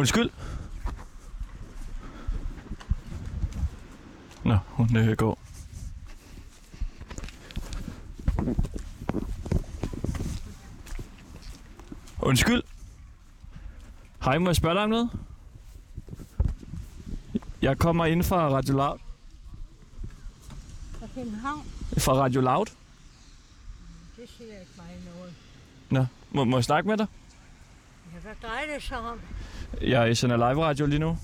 Undskyld. Nå, hun går. Undskyld. Hej, må jeg spørge dig om noget? Jeg kommer ind fra Radio Loud. Fra København? Fra Radio Loud. Det siger ikke mig Nå, noget. må jeg snakke med dig? Ja, hvad drejer det sig om? Jeg sender live radio lige nu.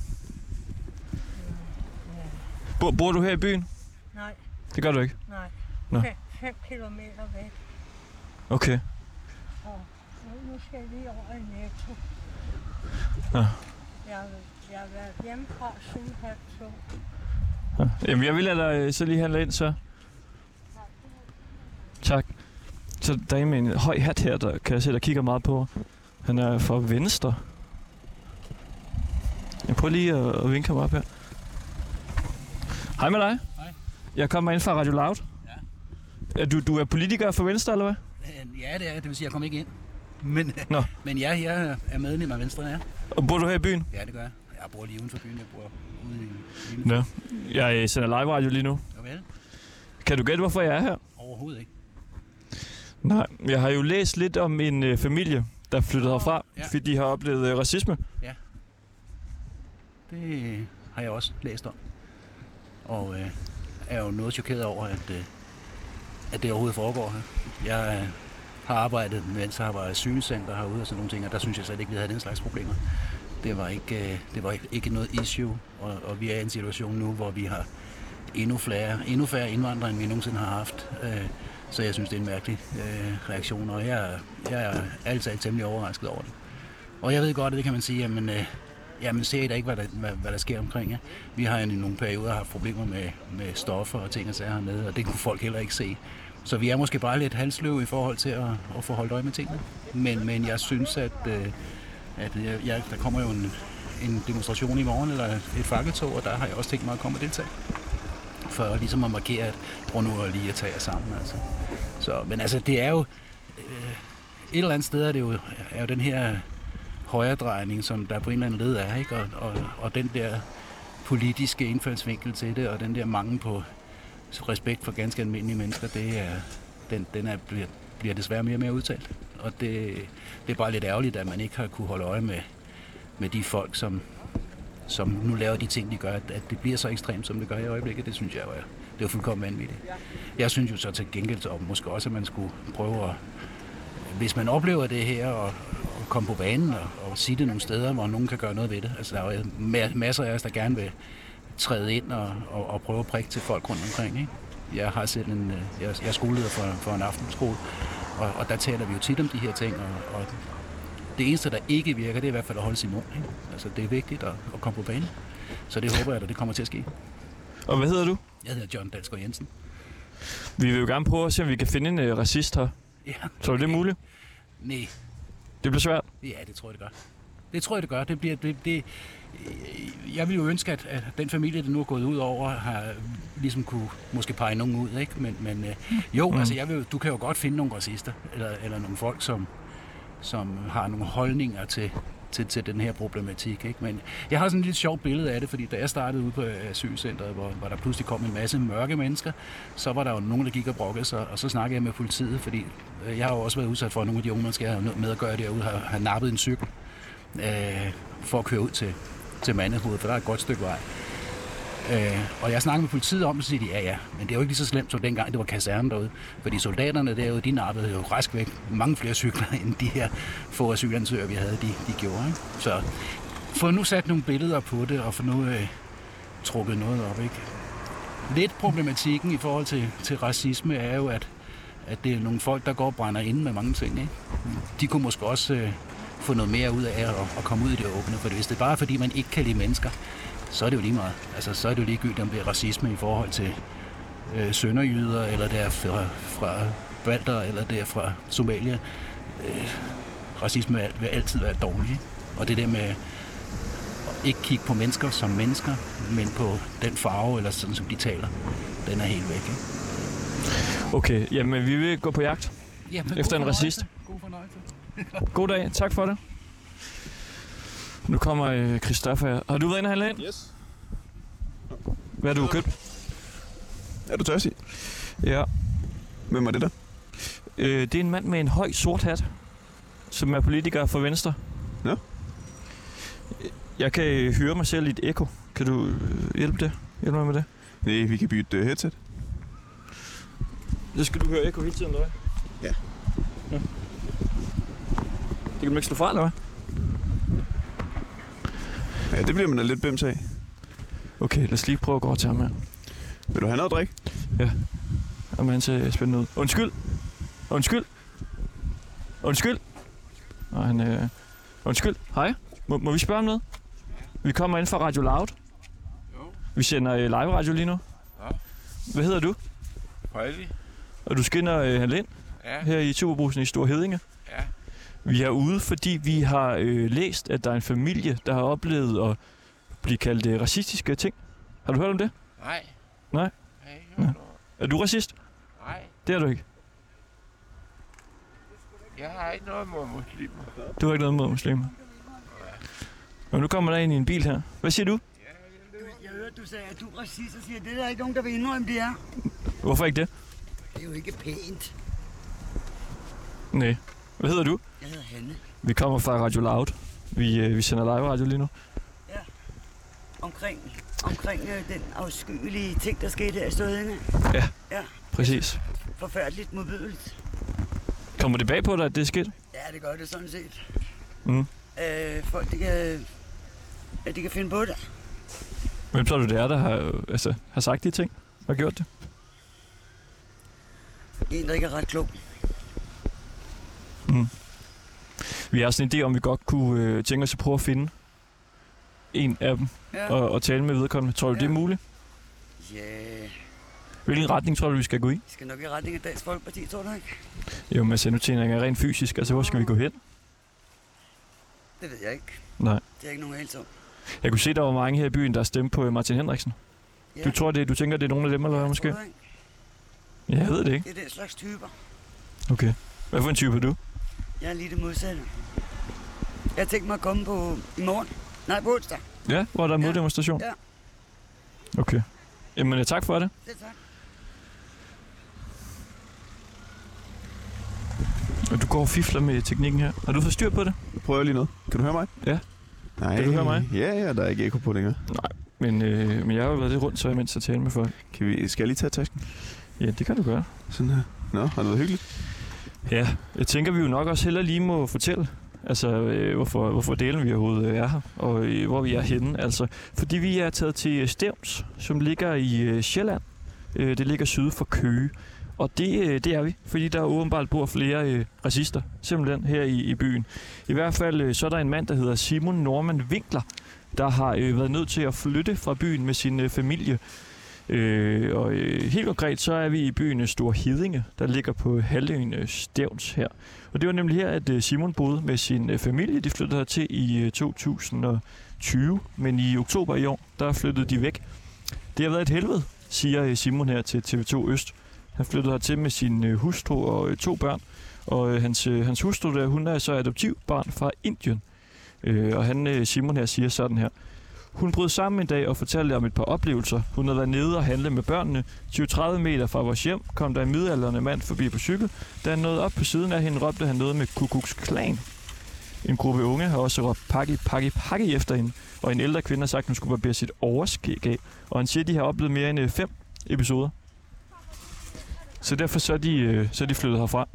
Bor du her i byen? Nej. Det gør du ikke? Nej. Nå. 5 kilometer væk. Okay. Og nu skal jeg lige over i Netto. Ja. Jeg har været hjemmefra siden 1:30. Ja. Jamen, jeg vil lade dig så lige handle ind, så. Tak. Så der er med en høj hat her, der kan jeg se, der kigger meget på. Han er fra venstre. Jeg prøver lige at vinke ham op her. Hej med dig. Hej. Jeg kommer ind fra Radio Loud. Ja. Du er politiker for Venstre, eller hvad? Ja, det er. Det vil sige, at jeg kommer ikke ind. Men ja, jeg er medlem af Venstre, ja. Og bor du her i byen? Ja, det gør jeg. Jeg bor lige uden for byen. Jeg bor ude i... Ja. Jeg sender live radio lige nu. Javel. Kan du gætte, hvorfor jeg er her? Overhovedet ikke. Nej, jeg har jo læst lidt om en familie, der flyttede herfra, ja. fordi de har oplevet racisme. Ja. Det har jeg også læst om. Og er jo noget chokeret over, at det overhovedet foregår her. Jeg har arbejdet, mens jeg har været sygecenter herude og sådan nogle ting, og der synes jeg slet ikke, vi havde den slags problemer. Det var ikke noget issue, og vi er i en situation nu, hvor vi har endnu færre indvandrere, end vi nogensinde har haft. Så jeg synes, det er en mærkelig reaktion, og jeg er altid temmelig overrasket over det. Og jeg ved godt, at det kan man sige, jamen ser I da ikke, hvad der sker omkring jer. Vi har i nogle perioder haft problemer med stoffer og ting og sager hernede, og det kunne folk heller ikke se. Så vi er måske bare lidt halsløve i forhold til at få holdt øje med tingene. Men jeg synes, at der kommer jo en demonstration i morgen, eller et fakkeltog, og der har jeg også tænkt mig at komme og deltage. For ligesom at markere, at prøv nu lige at tage jer sammen. Altså. Men altså, det er jo... et eller andet sted er jo den her højredrejning, som der på en eller anden led er, ikke? Og den der politiske indfaldsvinkel til det, og den der mangel på respekt for ganske almindelige mennesker, bliver desværre mere og mere udtalt. Og det er bare lidt ærgerligt, at man ikke har kunne holde øje med de folk, som nu laver de ting, de gør, at det bliver så ekstremt, som det gør i øjeblikket. Det synes jeg det er fuldkommen vanvittigt. Jeg synes jo så til gengæld, og måske også, at man skulle prøve at, hvis man oplever det her, og komme på banen og sige det nogle steder, hvor nogen kan gøre noget ved det. Altså, der er jo masser af os, der gerne vil træde ind og prøve at prikke til folk rundt omkring. Ikke? Jeg har selv jeg er skoleleder for en aftenskole, og der taler vi jo tit om de her ting, og det eneste, der ikke virker, det er i hvert fald at holde sin mund. Ikke? Altså, det er vigtigt at komme på banen. Så det håber jeg, at det kommer til at ske. Og hvad hedder du? Jeg hedder John Dalsgaard Jensen. Vi vil jo gerne prøve at se, om vi kan finde en racist her. Ja. Tror du, det er muligt? Nej. Det bliver svært? Ja, det tror jeg, det gør. Jeg vil jo ønske, at den familie, der nu er gået ud over, har ligesom kunne måske pege nogen ud, ikke? Men altså, du kan jo godt finde nogle racister, eller nogle folk, som har nogle holdninger til den her problematik, ikke? Men jeg har sådan et lidt sjovt billede af det, fordi da jeg startede ude på asylcentret, hvor der pludselig kom en masse mørke mennesker, så var der jo nogen, der gik og brokkede sig, og så snakkede jeg med politiet, fordi jeg har jo også været udsat for, at nogle af de unge mennesker, jeg har med at gøre derude, har nappet en cykel for at køre ud til Mandehoved, for der er et godt stykke vej. Og jeg snakkede med politiet om, så siger de, ja, men det er jo ikke lige så slemt som dengang, det var kasernen derude. Fordi soldaterne derude, de nappede jo rask væk mange flere cykler, end de her få asylansøgere, vi havde, de gjorde. Ikke? Så få nu sat nogle billeder på det, og få nu trukket noget op. Ikke? Lidt problematikken i forhold til racisme er jo, at det er nogle folk, der går og brænder inde med mange ting. Ikke? De kunne måske også få noget mere ud af at komme ud i det åbne, for hvis det er bare fordi, man ikke kan lide mennesker, så er det jo lige meget. Altså, så er det jo ligegyldigt, om det er racisme i forhold til sønderjyder, eller det er fra balter, eller det er fra Somalia. Racisme vil altid være dårligt. Og det der med at ikke kigge på mennesker som mennesker, men på den farve, eller sådan som de taler, den er helt væk. Ikke? Okay, jamen vi vil gå på jagt efter en racist. God fornøjelse. God dag, tak for det. Nu kommer Christoffer her. Har du været inde og handle ind? Yes. Hvad har du købt? Er du tørstig? Ja. Hvem var det der? Det er en mand med en høj sort hat, som er politiker for Venstre. Ja. Jeg kan høre mig selv i et ekko. Kan du hjælpe mig med det? Nej, vi kan bytte headset. Så skal du høre ekko hele tiden, eller hvad? Ja. Det kan man ikke slå fra, eller hvad? Ja, det bliver man da lidt bims af. Okay, lad os lige prøve at gå over til ham her. Vil du have noget at drikke? Ja. Jamen, han ser spændende ud. Undskyld. Og han, undskyld. Hej. Må vi spørge om noget? Vi kommer ind fra Radio Loud. Jo. Vi sender live radio lige nu. Ja. Hvad hedder du? Frejlig. Og du skinner handle ind Ja. her i Superbrugsen i Store Heddinge. Ja. Vi er ude, fordi vi har læst, at der er en familie, der har oplevet at blive kaldt racistiske ting. Har du hørt om det? Nej. Nej? Jeg har ikke hørt noget. Er du racist? Nej. Det er du ikke. Jeg har ikke noget mod muslimer. Du har ikke noget mod muslimer. Og nu kommer der ind i en bil her. Hvad siger du? Jeg hørte, du sagde, at du er racist, og siger, det er der ikke nogen, der vil indrømme, det er. Hvorfor ikke det? Det er jo ikke pænt. Nej. Hvad hedder du? Jeg hedder Hanne. Vi kommer fra Radio Loud. Vi sender live radio lige nu. Ja. Omkring den afskyelige ting, der skete her i Stødinge. Ja. Ja. Præcis. Forfærdeligt modbydeligt. Kommer det bag på dig, at det er skidt? Ja, det gør det sådan set. Mm. Folk, de kan finde på det. Hvem tror du, det er, der har sagt de ting? Har gjort det? En, der ikke er ret klog. Mm. Vi har sådan en idé om, vi godt kunne tænke os at prøve at finde en af dem og tale med vedkommende. Tror du, det er muligt? Ja. Hvilken retning tror du, vi skal gå i? Vi skal nok i retning af Dansk Folkeparti, tror du ikke? Jo, men nu tænker jeg rent fysisk. Altså, hvor skal vi gå hen? Det ved jeg ikke. Nej. Det er ikke nogen helt om. Jeg kunne se, der var mange her i byen, der stemte på Martin Henriksen. Ja. Du tænker, det er nogle af dem, eller hvad måske? Ja, jeg ved det ikke. Det er den slags typer. Okay. Hvad for en type er du? Jeg er lige det modsatte. Jeg har tænkt mig at komme på i morgen. Nej, på onsdag. Ja, hvor der er moddemonstration? Ja. Okay. Jamen, tak for det. Det er tak. Og du går og fifler med teknikken her. Har du fået styr på det? Jeg prøver lige noget. Kan du høre mig? Ja. Nej. Kan du høre mig? Ja, der er ikke ekko på længere. Nej, men jeg har jo været lidt rundt, så imens jeg taler med folk. Skal jeg lige tage tasken? Ja, det kan du gøre. Sådan her. Nå, har det været hyggeligt? Ja, jeg tænker, vi jo nok også heller lige må fortælle, altså hvorfor delen vi overhovedet er her, og hvor vi er henne. Altså, fordi vi er taget til Stevns, som ligger i Sjælland. Det ligger syd for Køge. Og det er vi, fordi der åbenbart bor flere racister, simpelthen her i byen. I hvert fald så er der en mand, der hedder Simon Norman Winkler, der har været nødt til at flytte fra byen med sin familie. Helt konkret så er vi i byen Store Heddinge, der ligger på halvøen Stevns her. Og det var nemlig her, at Simon boede med sin familie. De flyttede hertil i 2020, men i oktober i år, der flyttede de væk. Det har været et helvede, siger Simon her til TV2 Øst. Han flyttede hertil med sin hustru og 2 børn. Og hans hustru der, hun er så adoptivbarn fra Indien. Og Simon her siger sådan her. Hun brød sammen en dag og fortalte om et par oplevelser. Hun havde været nede og handle med børnene. 20-30 meter fra vores hjem kom der en midaldrende mand forbi på cykel. Da han nåede op på siden af hende, råbte han noget med Ku Klux Klan. En gruppe unge har også råbt pakki efter hende. Og en ældre kvinde har sagt, at hun skulle barbere sit overskæg af. Og han siger, at de har oplevet mere end 5 episoder. Så derfor så er de flyttet herfra.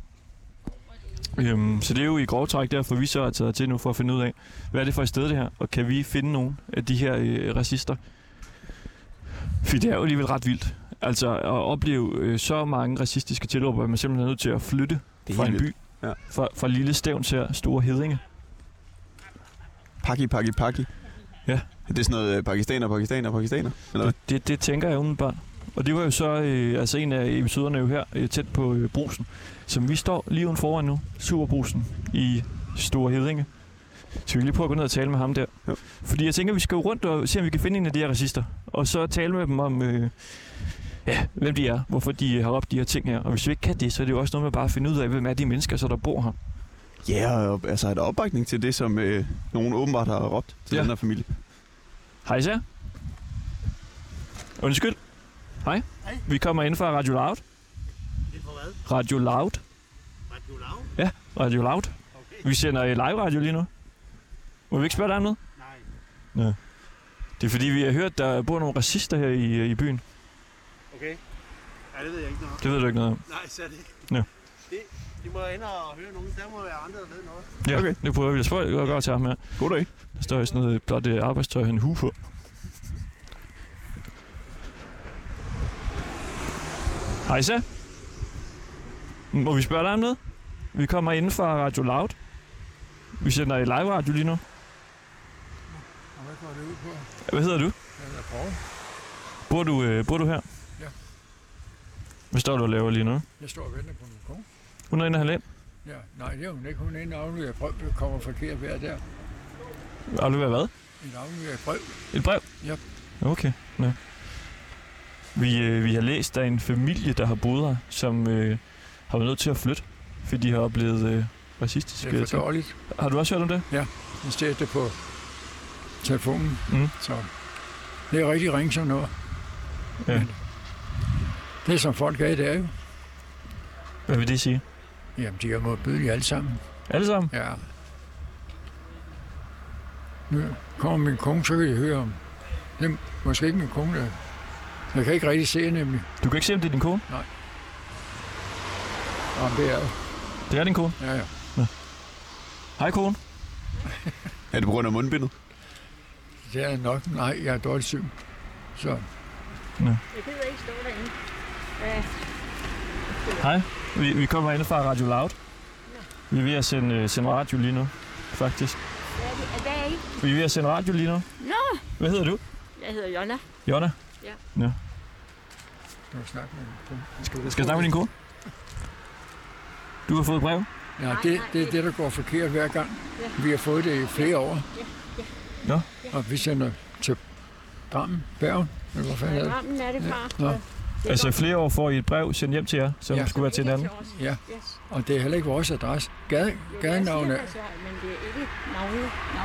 Så det er jo i grov træk derfor, vi så er taget til nu for at finde ud af, hvad er det for et sted det her, og kan vi finde nogen af de her racister? For det er jo alligevel ret vildt. Altså at opleve så mange racistiske tilråb, at man simpelthen er nødt til at flytte fra en by. Ja. Fra lille Stevns her, Store Heddinge. Pakki. Ja. Det er sådan noget pakistaner, eller hvad? Det tænker jeg umiddelbart. Og det var jo så en af episoderne jo her, tæt på Brugsen, som vi står lige uden foran nu. Superbrugsen i Store Heddinge. Så vi lige prøve at gå ned og tale med ham der. Ja. Fordi jeg tænker, vi skal jo rundt og se, om vi kan finde en af de her racister. Og så tale med dem om, hvem de er, hvorfor de har op de her ting her. Og hvis vi ikke kan det, så er det jo også noget med bare at finde ud af, hvem er de mennesker, så der bor her. Ja, og altså er der opbakning til det, som nogen åbenbart har råbt til den her familie? Hej så. Undskyld. Hej. Vi kommer ind fra Radio Loud. Det er for hvad? Radio Loud. Radio Loud? Ja, Radio Loud. Okay. Vi sender live radio lige nu. Må vi ikke spørge dig om noget? Nej. Ja. Det er fordi, vi har hørt, der bor nogle racister her i byen. Okay. Ja, det ved jeg ikke noget om. Det ved du ikke noget om. Nej, så er det. Ja. De må ind og høre nogen. Der må være andre, der ved noget. Ja, Okay. det prøver vi. Jeg spørger godt til ham her. God dag. Der står sådan noget blot arbejdstøj og en hue på. Hej så. Må vi spørge dig om noget? Vi kommer inden fra Radio Loud. Vi sender i live radio lige nu. Og hvad går det ud på? Hvad hedder du? Jeg er Poul. Bor du her? Ja. Hvad står du og laver lige nu? Jeg står og venter på min kone. Hun er inde og have Ja, nej, det er hun ikke. Hun er inde og afleverer brev. Det kommer forkert hver der. afleveret hvad? En afleverer brev. Et brev? Ja. Okay, ja. Vi har læst, der er en familie, der har boet her, som har været nødt til at flytte, fordi de har oplevet racistiske Det er for ting. dårligt. Har du også hørt om det? Jeg ser det på telefonen. Mm. Så det er rigtig ringe sådan noget. Ja. Men det som folk er, det er jo. Hvad vil det sige? Jamen, de er modbydelige alle sammen. Alle sammen? Ja. Nu kommer min kone, så kan I høre om. Det er måske ikke min kone, der. Jeg kan ikke rigtig se nemlig. Du kan ikke se, om det er din kone? Om det er jo. Det er din kone? Ja. Hej kone. Er det på grund af mundbindet? Det er nok. Nej, jeg er dårligt syg. Så Jeg gider ikke stå derinde. Hej. Vi kommer ind fra Radio Loud. Vi er ved at sende radio lige nu, faktisk. Hvad er I? Vi er ved at sende radio lige nu. Nå! Hvad hedder du? Jeg hedder Jonna. Jonna? Ja. Ja. skal du snakke med min kone. Skal jeg snakke med din kone? Du har fået et brev? Ja, det er det, der går forkert hver gang. Ja. Vi har fået det i flere år. Nå. Og vi sender til Drammen, Bergen, eller hvad fanden er det? Rammen er det fra. Nå. Altså flere år får I et brev sendt hjem til jer, som skulle være til en anden? Ja, Yes. og det er heller ikke vores adresse. Gadenavnet er... Men det er ikke navnet.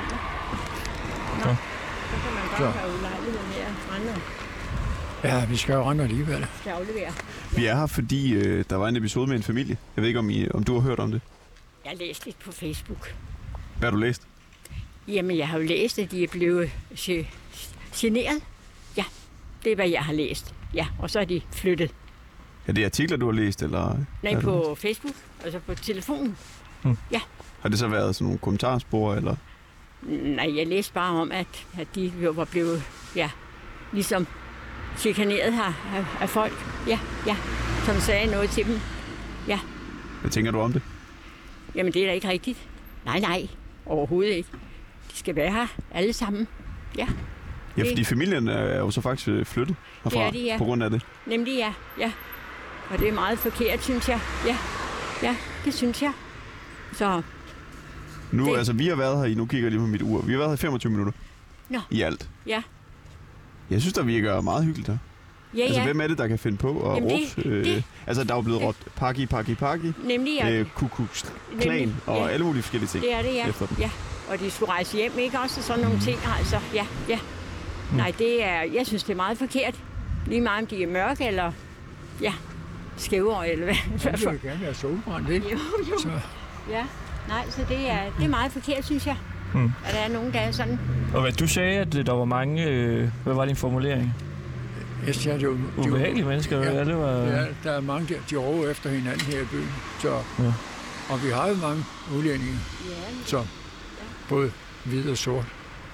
Nå. Så kan man Så. bare have ulejlighed med at rende og Ja, vi skal jo rende alligevel. skal aflevere. Vi er her, fordi der var en episode med en familie. Jeg ved ikke, om du har hørt om det. Jeg har læst lidt på Facebook. Hvad har du læst? Jamen, jeg har jo læst, at de er blevet generet. Ja, det er, hvad jeg har læst. Ja, og så er de flyttet. Er det artikler, du har læst, eller? Nej, på Facebook, altså på telefonen. Har det så været sådan nogle kommentarspor, eller? Nej, jeg læste bare om, at de var blevet, ligesom chikaneret her af folk. Ja, som sagde noget til dem. Hvad tænker du om det? Jamen, det er da ikke rigtigt. Nej, overhovedet ikke. De skal være her alle sammen. Ja, fordi familien er jo så faktisk flyttet herfra Det er de, ja. på grund af det. Nemlig ja. Og det er meget forkert, synes jeg. Ja, det synes jeg. Så, Nu, Det- altså vi har været her i, nu kigger jeg lige på mit ur, vi har været her i 25 minutter. Nå. I alt. ja. Jeg synes, der virker meget hyggeligt her. Ja, Altså, hvem er det, der kan finde på at Jamen, råbe? det- Altså, der er jo blevet råbt pakki, Nemlig, ja. Ku Klux Klan Nemlig, og ja. alle mulige forskellige ting. Det er det, ja. efter dem. Ja, og de skulle rejse hjem, ikke også? Og sådan nogle ting, altså. Ja. Nej, det er, jeg synes, det er meget forkert. Lige meget om de er mørke, eller, skævere, eller hvad. Han vil jo gerne være solbrændt, ikke? Jo. Så Ja, nej, så det er meget forkert, synes jeg. At der er nogen, der er sådan. Og hvad du sagde, at der var mange... hvad var din formulering? jeg siger, det er jo... Ubehagelige mennesker, Ja. alle var... Ja, der er mange, de roer efter hinanden her i byen. Så, Ja. og vi har jo mange udlændinge, Ja, så både hvid og sort.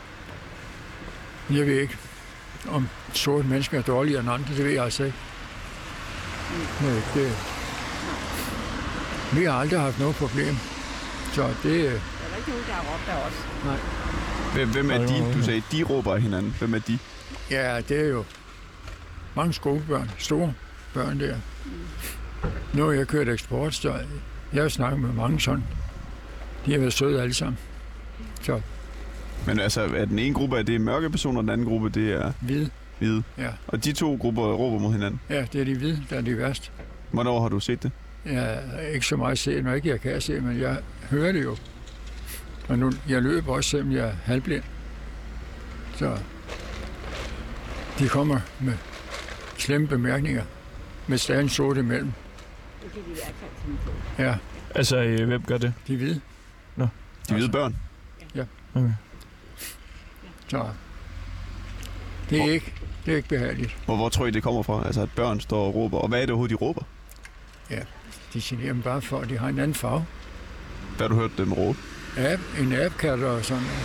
Jeg ved ikke, om sorte mennesker er dårligere end andre, det ved jeg altså ikke. Men det, vi har aldrig haft noget problem. Så det, der er ikke nogen, der har råbt af os. Hvem er de? Du sagde, de råber af hinanden. Hvem er de? ja, det er jo mange skolebørn, store børn der. Nu har jeg kørt eksport, så jeg har snakket med mange sådan. De har været søde alle sammen. Så Men altså, er den ene gruppe, er det mørke personer, og den anden gruppe, det er hvide, hvide? ja. Og de to grupper råber mod hinanden. Ja, det er de hvide, der er de værste. Hvornår har du set det? Jeg er ikke så meget set, når ikke jeg kan se, men jeg hører det jo. Og nu, jeg løber også, selvom jeg er halvblind. Så de kommer med slemme bemærkninger, med stadig sort imellem. Det kan de i hvert fald finde på. Ja, Altså, hvem gør det? de hvide. De hvide børn. Okay. Så det er ikke behageligt. Hvor tror I, det kommer fra? Altså, at børn står og råber. Og hvad er det overhovedet, de råber? De generer dem bare for, at de har en anden farve. Hvad har du hørt dem råbe? En abkat og sådan noget.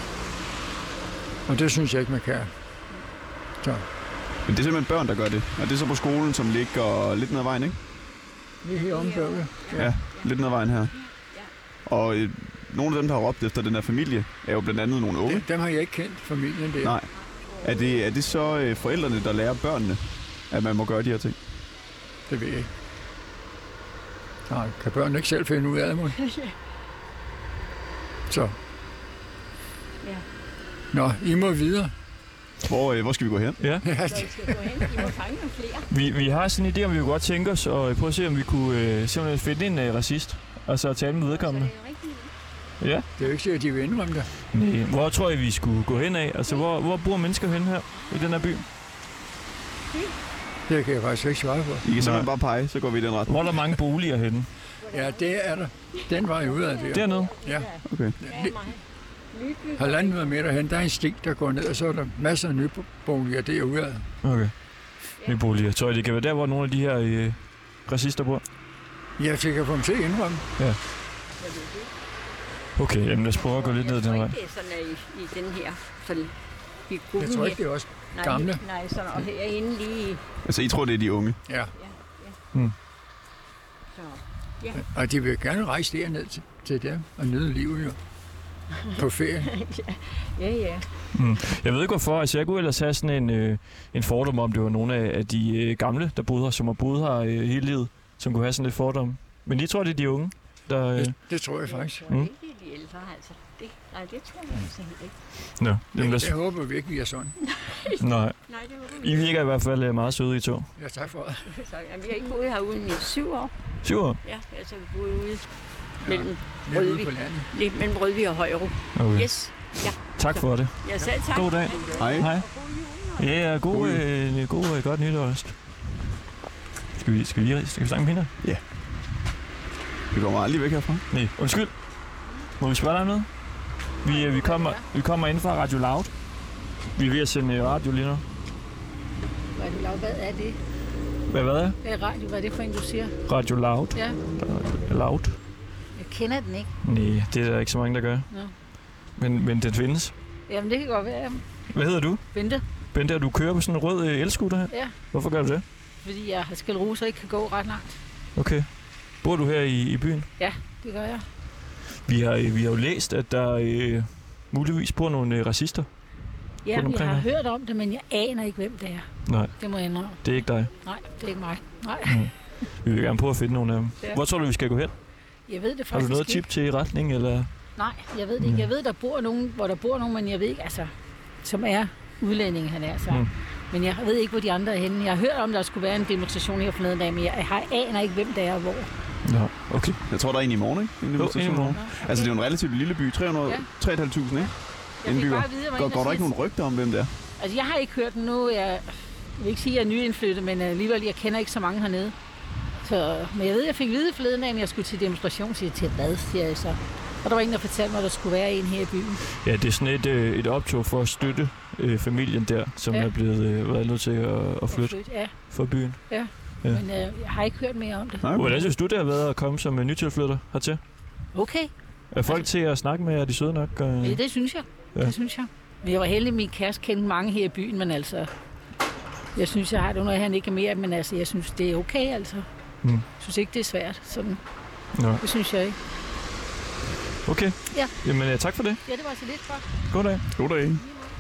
Og det synes jeg ikke, man kan. Så Men det er simpelthen børn, der gør det. Og det er så på skolen, som ligger lidt ned ad vejen, ikke? det er her ombørget. Ja, lidt ned ad vejen her. Og nogle af dem, der har råbt efter den her familie, er jo blandt andet nogle unge. Dem har jeg ikke kendt, familien der. Nej. Er det så forældrene, der lærer børnene, at man må gøre de her ting? Det ved jeg ikke. Nej, kan børn ikke selv finde ud af det, Så. Ja. Nå, I må videre. Hvor skal vi gå hen? Ja. Så I skal gå hen, I må fange nogle flere. Vi har sådan en idé, om vi kunne godt tænke os og prøve at se, om vi kunne simpelthen finde en racist, og så tale med vedkommende. Så det er jo rigtigt. Ja. Det er jo ikke sikkert, at de vil indrømme det. Nej. Hvor tror I, vi skulle gå hen af? Altså, hvor bor mennesker hen her i den her by? Det kan jeg faktisk ikke svare på. I kan simpelthen bare pege, så går vi i den retning. Hvor er der mange boliger henne? Ja, det er der. Den var jo ud af det. Dernede? Ja. Okay. Ja, meget. Nybyg. 1,5 meter hen, der er en sti, der går ned, og så er der masser af nye boliger derude af. Okay. Nye boliger. Tror I, det kan være der, hvor nogle af de her racister bor? Jeg tænker få dem til at indrømme. Okay, jamen lad os prøve at gå lidt ned den vej. Det er sådan i den her, sådan i gruppen Jeg tror her. ikke, det er også Nej, gamle. Nej, sådan og herinde lige. Altså, I tror, det er de unge? Ja. Så. Og de vil gerne rejse derned til dem og nyde livet jo. På ferie. Ja. Jeg ved ikke hvorfor. Altså, jeg kunne ellers have sådan en fordom om, det var nogle af de gamle, der boede her, som har boet her hele livet, som kunne have sådan lidt fordom. Men I tror, det er de unge, der... Det tror jeg faktisk. Jeg tror ikke, det er de ældre, altså. Nej, det tror jeg altså ikke. Nå, jamen, Jeg håber vi ikke, vi er sådan. Nej. Nej, det håber I virker i hvert fald meget søde, I to. Ja, tak for det. Så, jamen, vi har ikke boet herude i 7 år. 7 år? Ja, altså vi boede ude mellem Lidt ude Rødvig, på landet. lidt mellem Rødvig og Højrup. Okay. Yes. Ja. Tak for det. Ja, selv tak. God dag. Hej. Hej. Ja, god godt nytår også. Skal vi snakke med hende? Vi kommer aldrig væk herfra. Nej, undskyld. Må vi spørge dig om noget? Vi kommer ind fra Radio Loud. Vi er ved at sende radio lige nu. Hvad er det? Hvad er det? Hvad er radio? Hvad er det for en, du siger? Radio Loud. Ja. Loud. Jeg kender den ikke. Nej, det er der ikke så mange, der gør. Nå. Men den findes. Jamen, det kan godt være. Hvad hedder du? Bente. Bente, og du kører på sådan en rød elscooter her? Ja. Hvorfor gør du det? Fordi jeg har sklerose og ikke kan gå ret langt. Okay. Bor du her i byen? Ja, det gør jeg. Vi har jo læst, at der muligvis bor nogle racister. Ja, rundt jeg omkring har her. hørt om det, men jeg aner ikke, hvem det er. Nej, Det må jeg indrømme. det er ikke dig. Nej, det er ikke mig. Nej, Vi vil gerne prøve at finde nogle af dem. Ja. Hvor tror du, vi skal gå hen? jeg ved det faktisk Har du noget ikke. tip til i retning, eller? Nej, jeg ved det ikke. Jeg ved, der bor nogen, hvor der bor nogen, men jeg ved ikke, altså, som er udlændinge, han er så. Men jeg ved ikke, hvor de andre er henne. Jeg har hørt om, der skulle være en demonstration her forleden dag, men jeg aner ikke, hvem det er og hvor. Nå, okay. Jeg tror, der er en i morgen, ikke? En demonstration. i morgen. Altså, det er jo en relativt lille by. 3.500, ikke? Jeg fik Indbygger. bare at vide, at jeg var Går der ikke nogen rygter om, hvem det er? Altså, jeg har ikke hørt den nu. Jeg vil ikke sige, at jeg er nyindflyttet, men alligevel, jeg kender ikke så mange hernede. Så, men jeg ved, jeg fik at vide forleden af, at jeg skulle til demonstration. Siger til hvad, siger jeg så. Og der var ingen, der fortalte mig, at der skulle være en her i byen. Ja, det er sådan et optog for at støtte familien der, som er blevet været nødt til at flytte Ja, fra byen. ja. Ja. Men jeg har ikke hørt mere om det. Nej, Hvordan synes du, det har været at komme som nytilflytter hertil? Okay, Er folk til at snakke med, er de søde nok? ja, det synes jeg. Ja. Det synes jeg. Men jeg var heldig, at min kæreste kendte mange her i byen, men altså... Jeg synes, jeg har det, når han ikke er mere, men altså, jeg synes, det er okay, altså. Jeg synes ikke, det er svært, sådan. Nå. Det synes jeg ikke. Okay. Ja. Jamen, tak for det. Ja, det var så lidt for. God dag. Goddag.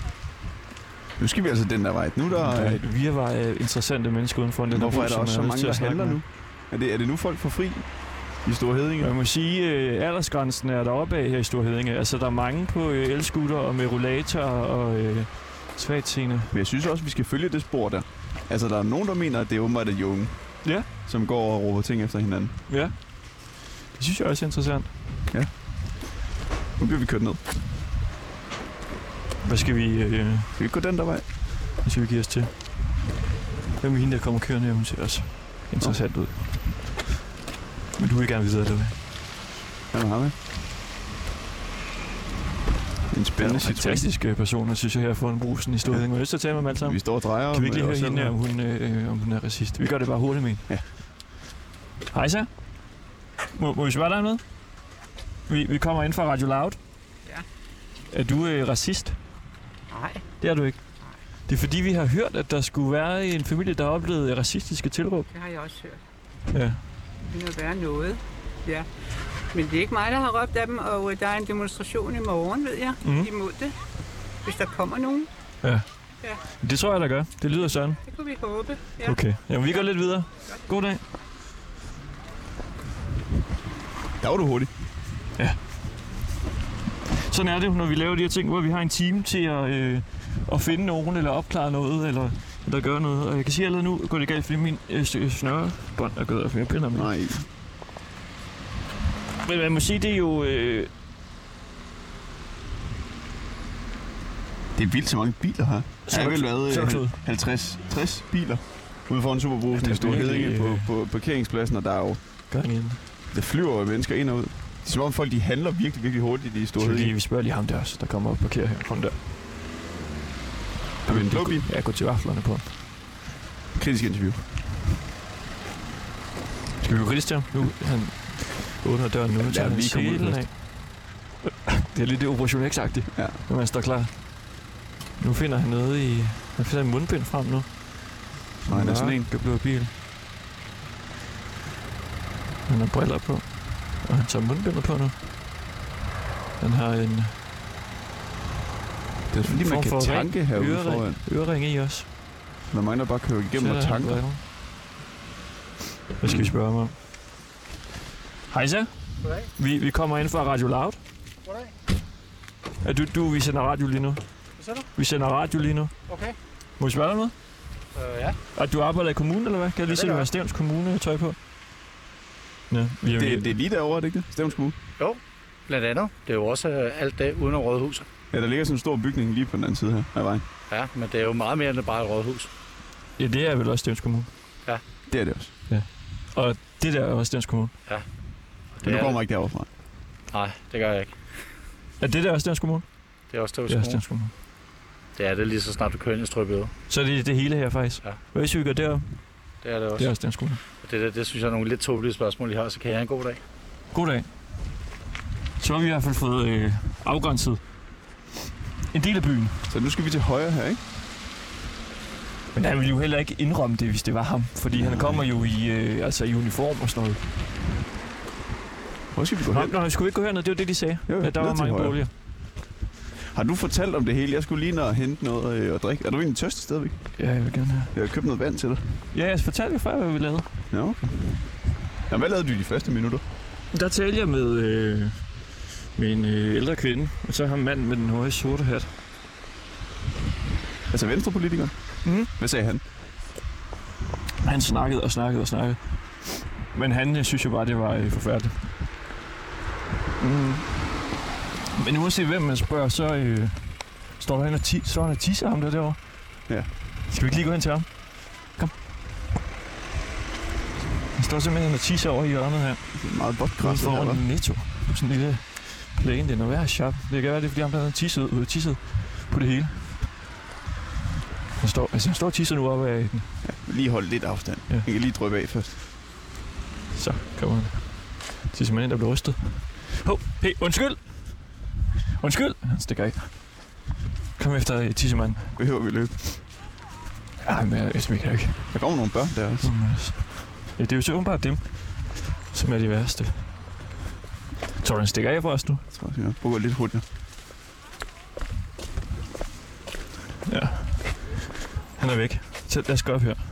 Nu skal vi altså den der vej. Nu der... Vi var interessante mennesker udenfor den her Hvorfor by, er der som også så har lyst mange, til at der snakke handler med. nu? Er det nu folk får fri i Store Heddinge? Man må sige, aldersgrænsen er deroppe af her i Store Heddinge. Altså, der er mange på elscooter og med rollator og svagt scene. Men jeg synes også, vi skal følge det spor der. Altså, der er nogen, der mener, at det er åbenbart de unge. Ja. Som går og råber ting efter hinanden. Ja. Det synes jeg også er interessant. Ja. Nu bliver vi kørt ned. Hvad skal vi... Skal vi gå den der vej? Hvad skal vi give os til? Hvem er hende, der kommer kørende her? Hun ser også interessant ud. Men du vil gerne videre, eller hvad? Ja, har vi. En spændende situation. Fantastiske personer, synes jeg, her for en brusen i Storheding. Må jeg lyst til at tale med dem alle sammen? Vi står og drejer. Kan vi ikke lige høre hende, om hun er racist? Vi gør det bare hurtigt med hende. Ja. Hej så. Må vi spørge dig om noget? Vi kommer ind fra Radio Loud. Ja. Er du racist? Nej. Det er du ikke. Det er fordi, vi har hørt, at der skulle være en familie, der har oplevet racistiske tilråb. Det har jeg også hørt. Ja. Det må være noget. Ja. Men det er ikke mig, der har råbt af dem, og der er en demonstration i morgen, ved jeg, imod det. Hvis der kommer nogen. Ja. Ja. Det tror jeg, der gør. Det lyder sådan. Det kunne vi håbe. Ja. Okay. Jamen, vi går lidt videre. God dag. Der var du hurtig. Ja. Sådan er det, når vi laver de her ting, hvor vi har en time til at finde nogen, eller opklare noget, eller gøre noget. Og jeg kan sige allerede nu, går det galt, fordi min snørebånd er gået af, for jeg piller med. Nej. Men man må sige, det er jo... Det er vildt så mange biler her. Der har vel været 50-60 biler ude foran Superbrugsen i Storhedinge på parkeringspladsen, og der er jo... Der flyver jo mennesker ind og ud. Det er som om folk, de handler virkelig, virkelig hurtigt i Storhedinge. Vi spørger lige ham der også, der kommer og parkerer her foran der. Har vi en blå bil? Ja, gå til vaflerne på. Kritisk interview. Skal vi gå kritisk til ham? Nu han åbner døren nu, tager han selen af. Det er lidt det Operation X-agtigt, når man står klar. Nu finder han noget i... Han finder en mundbind frem nu. Nej, han er sådan en. Blå bil. Han har briller på. Og han tager mundbinder på nu. Han har en... Det er fordi, man kan tanke herude foran. Ørering i os. Der er mange, der bare kører igennem og tanker. Hvad skal vi spørge mig om? Hej så. Vi kommer ind fra Radio Loud. Goddag. Vi sender radio lige nu. Hvad siger du? Vi sender radio lige nu. Okay. Må vi spørge dig noget? Ja. Og du arbejder i kommunen, eller hvad? Kan jeg lige se, at du har Stevns Kommune tøj på? Ja, det er lige derovre, er det ikke det? Stevns Kommune? Jo, blandt andet. Det er jo også alt det uden at rådhuset. Ja, der ligger sådan en stor bygning lige på den anden side her af vejen. Ja, men det er jo meget mere end bare et rådhus. Ja, det er vel også Stevns Kommune. Ja. Det er det også. Ja. Og det der er også Stevns Kommune. Ja. Men du kommer ikke derovre fra? Nej, det gør jeg ikke. Er det der også Stevns Kommune? Det er også Stevns Kommune. Det er det lige så snart du kører ind i Strøbøde. Så er det hele her faktisk? Ja. Hvad hvis vi går derop? Det er det også. Det er også Stevns Kommune. Det synes jeg er nogle lidt tåbelige spørgsmål, I har, så kan jeg have en god dag. God dag. Så har vi i hvert fald fået afgrænset en del af byen. Så nu skal vi til højre her, ikke? Men han ville jo heller ikke indrømme det, hvis det var ham. Fordi han kommer jo i uniform og sådan noget. Hvor skal vi gå hen? Nå, skulle vi ikke gå herned? Det var det, de sagde. Jo, at der var mange boliger. Har du fortalt om det hele? Jeg skulle lige ned og hente noget at drikke. Er du egentlig tørstig stadigvæk? Ja, jeg vil gerne have. Jeg har købt noget vand til dig. Ja, jeg fortalte jo før, hvad vi lavede. Ja, okay. Jamen, hvad lavede du i de første minutter? Der talte jeg med en ældre kvinde, og så ham manden med den høje sorte hat. Altså venstrepolitikeren? Mhm. Hvad sagde han? Han snakkede og snakkede og snakkede. Men han synes jo bare, det var forfærdeligt. Men uanset hvem man spørger, så står han og tisser ham derovre. Ja. Skal vi ikke lige gå hen til ham? Kom. Han står simpelthen og tisser over i hjørnet her. Det er meget vådt græs. Foran en Netto. Sådan en lille plæne. Det er noget værd shop. Det kan være, det er fordi ham der har tisset på det hele. Han står og tisser nu op ad den. Ja, lige holde lidt afstand. Ja. Jeg kan lige dryppe af først. Så kommer han. Tissemanden, der bliver rystet. Hey, undskyld! Undskyld! Han stikker ikke. Kom efter tissemanden. Behøver vi løbe? Ja, men jeg kan ikke. Der kommer nogle børn der også. Ja, det er jo så åbenbart dem, som er de værste. Tror du, han stikker af for os nu? Jeg tror også, jeg bruger lidt hurtigere. Ja. Han er væk. Så lad os gå op her.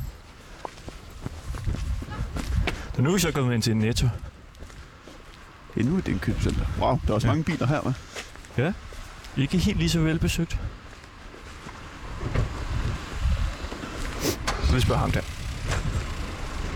Så nu er vi så gået ind til en Netto. Endnu et indkøbscenter. Wow, der er også mange biler her, hva'? Ja. Ikke helt lige så velbesøgt. Så vi spørger ham der.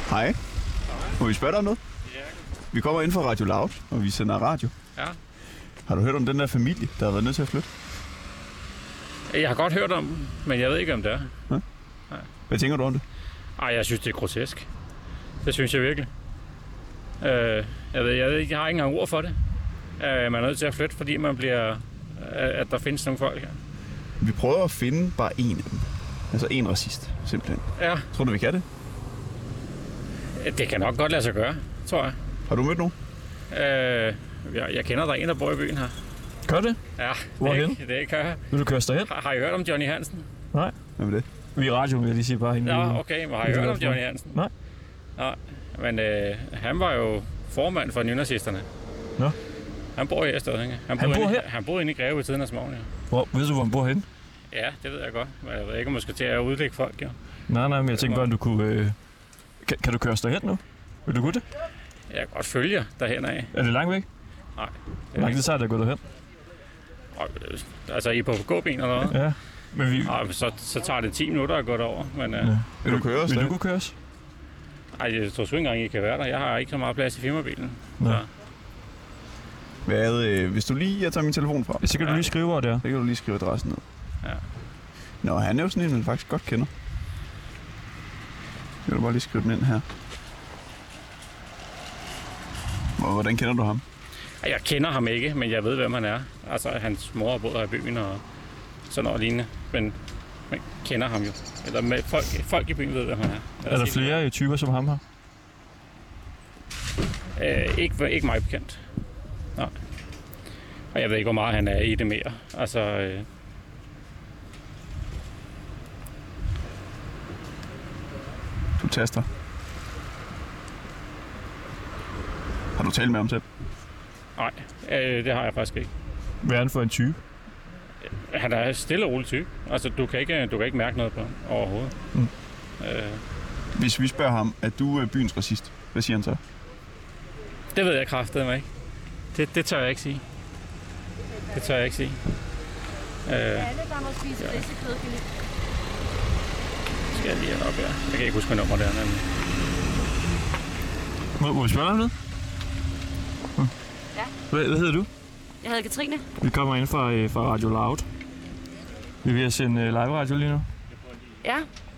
Hej. Må vi spørge dig om noget? Ja. Vi kommer ind fra Radio Loud, og vi sender radio. Ja. Har du hørt om den der familie, der har været nødt til at flytte? Jeg har godt hørt om den, men jeg ved ikke, om det er. Ja. Nej. Hvad tænker du om det? Ej, jeg synes, det er grotesk. Det synes jeg virkelig. Jeg har ikke engang ord for det. Man er nødt til at flytte, fordi man bliver, at der findes nogle folk her. Vi prøver at finde bare en af dem. Altså en racist, simpelthen. Ja. Tror du, vi kan det? Det kan nok godt lade sig gøre, tror jeg. Har du mødt nogen? Jeg kender der en, der bor i byen her. Gør det? Ja, hvorhen? Det kan jeg. Vil du køre derhen? Har I hørt om Johnny Hansen? Nej. Hvad med det? Vi er i radioen, vil jeg lige sige bare hende. Ja, okay. Men har I hørt om Johnny Hansen? Nej. Nej. Men han var jo formand for nynazisterne. Nå. Han bor i Estødinge. Han bor her? Han bor inde i Greve ved tiden af Småen, ja. Ved du, hvor han bor henne? Ja, det ved jeg godt. Men jeg ved ikke, om man skal til at udlægge folk, jo. Nej, men jeg tænker bare, om du kunne... Kan du køre os derhen nu? Vil du kunne det? Jeg kan godt følge jer derhen af. Er det langt væk? Nej. Hvor lang tid tager det at gå derhen? Altså, I er på gåben eller noget? Ja. Men vi... så tager det 10 minutter at gå derover. Men, ja. Vil du køre os? Vil du kunne køre os? Nej, jeg tror sgu ikke engang, I kan være der. Jeg har ikke så meget plads i firmabilen. Hvis du lige... Jeg tager min telefon fra. Så kan du lige skrive over der. Så kan du lige skrive adressen ned. Ja. Nå, han er jo sådan en, man faktisk godt kender. Jeg vil bare lige skrive den ind her. Hvordan kender du ham? Jeg kender ham ikke, men jeg ved, hvem han er. Altså, hans mor har boet her i byen og sådan noget lignende. Men man kender ham jo. Eller med folk i byen ved, hvem han er. Er der flere typer som ham her? Ikke mig bekendt. Nej. Og jeg ved ikke, hvor meget han er i det mere. Altså... Du taster. Har du talt med ham selv? Nej, det har jeg faktisk ikke. Hvad er han for en type? Han er stille og rolig type. Altså, du kan ikke mærke noget på ham overhovedet. Mm. Hvis vi spørger ham, at du er byens racist, hvad siger han så? Det ved jeg kraftedeme ikke. Det tør jeg ikke sige. Det tør jeg ikke sige. Alle, der må spise risekød, kan lide. Skal jeg lige have op her. Jeg kan ikke huske, hvad nummer det er. Må vi spørge dig om noget? Ja. Hvad hedder du? Jeg hedder Katrine. Vi kommer ind fra Radio Loud. Vi er ved at sende live radio lige nu. Ja.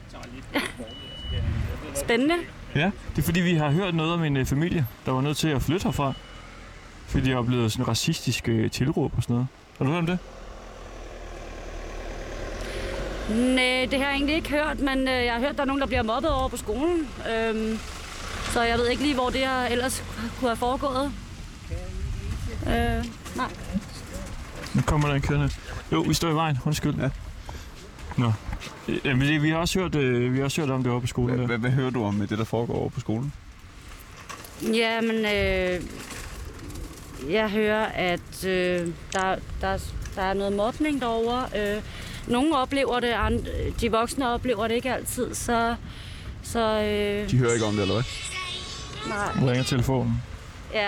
Spændende. Ja, det er fordi, vi har hørt noget om en familie, der var nødt til at flytte herfra. Fordi de har oplevet sådan racistiske tilråb og sådan noget. Har du hørt om det? Nej, det har jeg egentlig ikke hørt, men jeg har hørt, at der er nogen, der bliver mobbet over på skolen. Så jeg ved ikke lige, hvor det her ellers kunne have foregået. Nej. Nu kommer der en kørende. Jo, vi står i vejen. Undskyld. Ja. Nå. Vi har også hørt om det over på skolen. Hvad hører du om det, der foregår over på skolen? Jamen, jeg hører, at der er noget mobning derovre. Nogle oplever det, de voksne oplever det ikke altid, så de hører ikke om det, eller hvad? Nej. Ringer telefonen. Ja.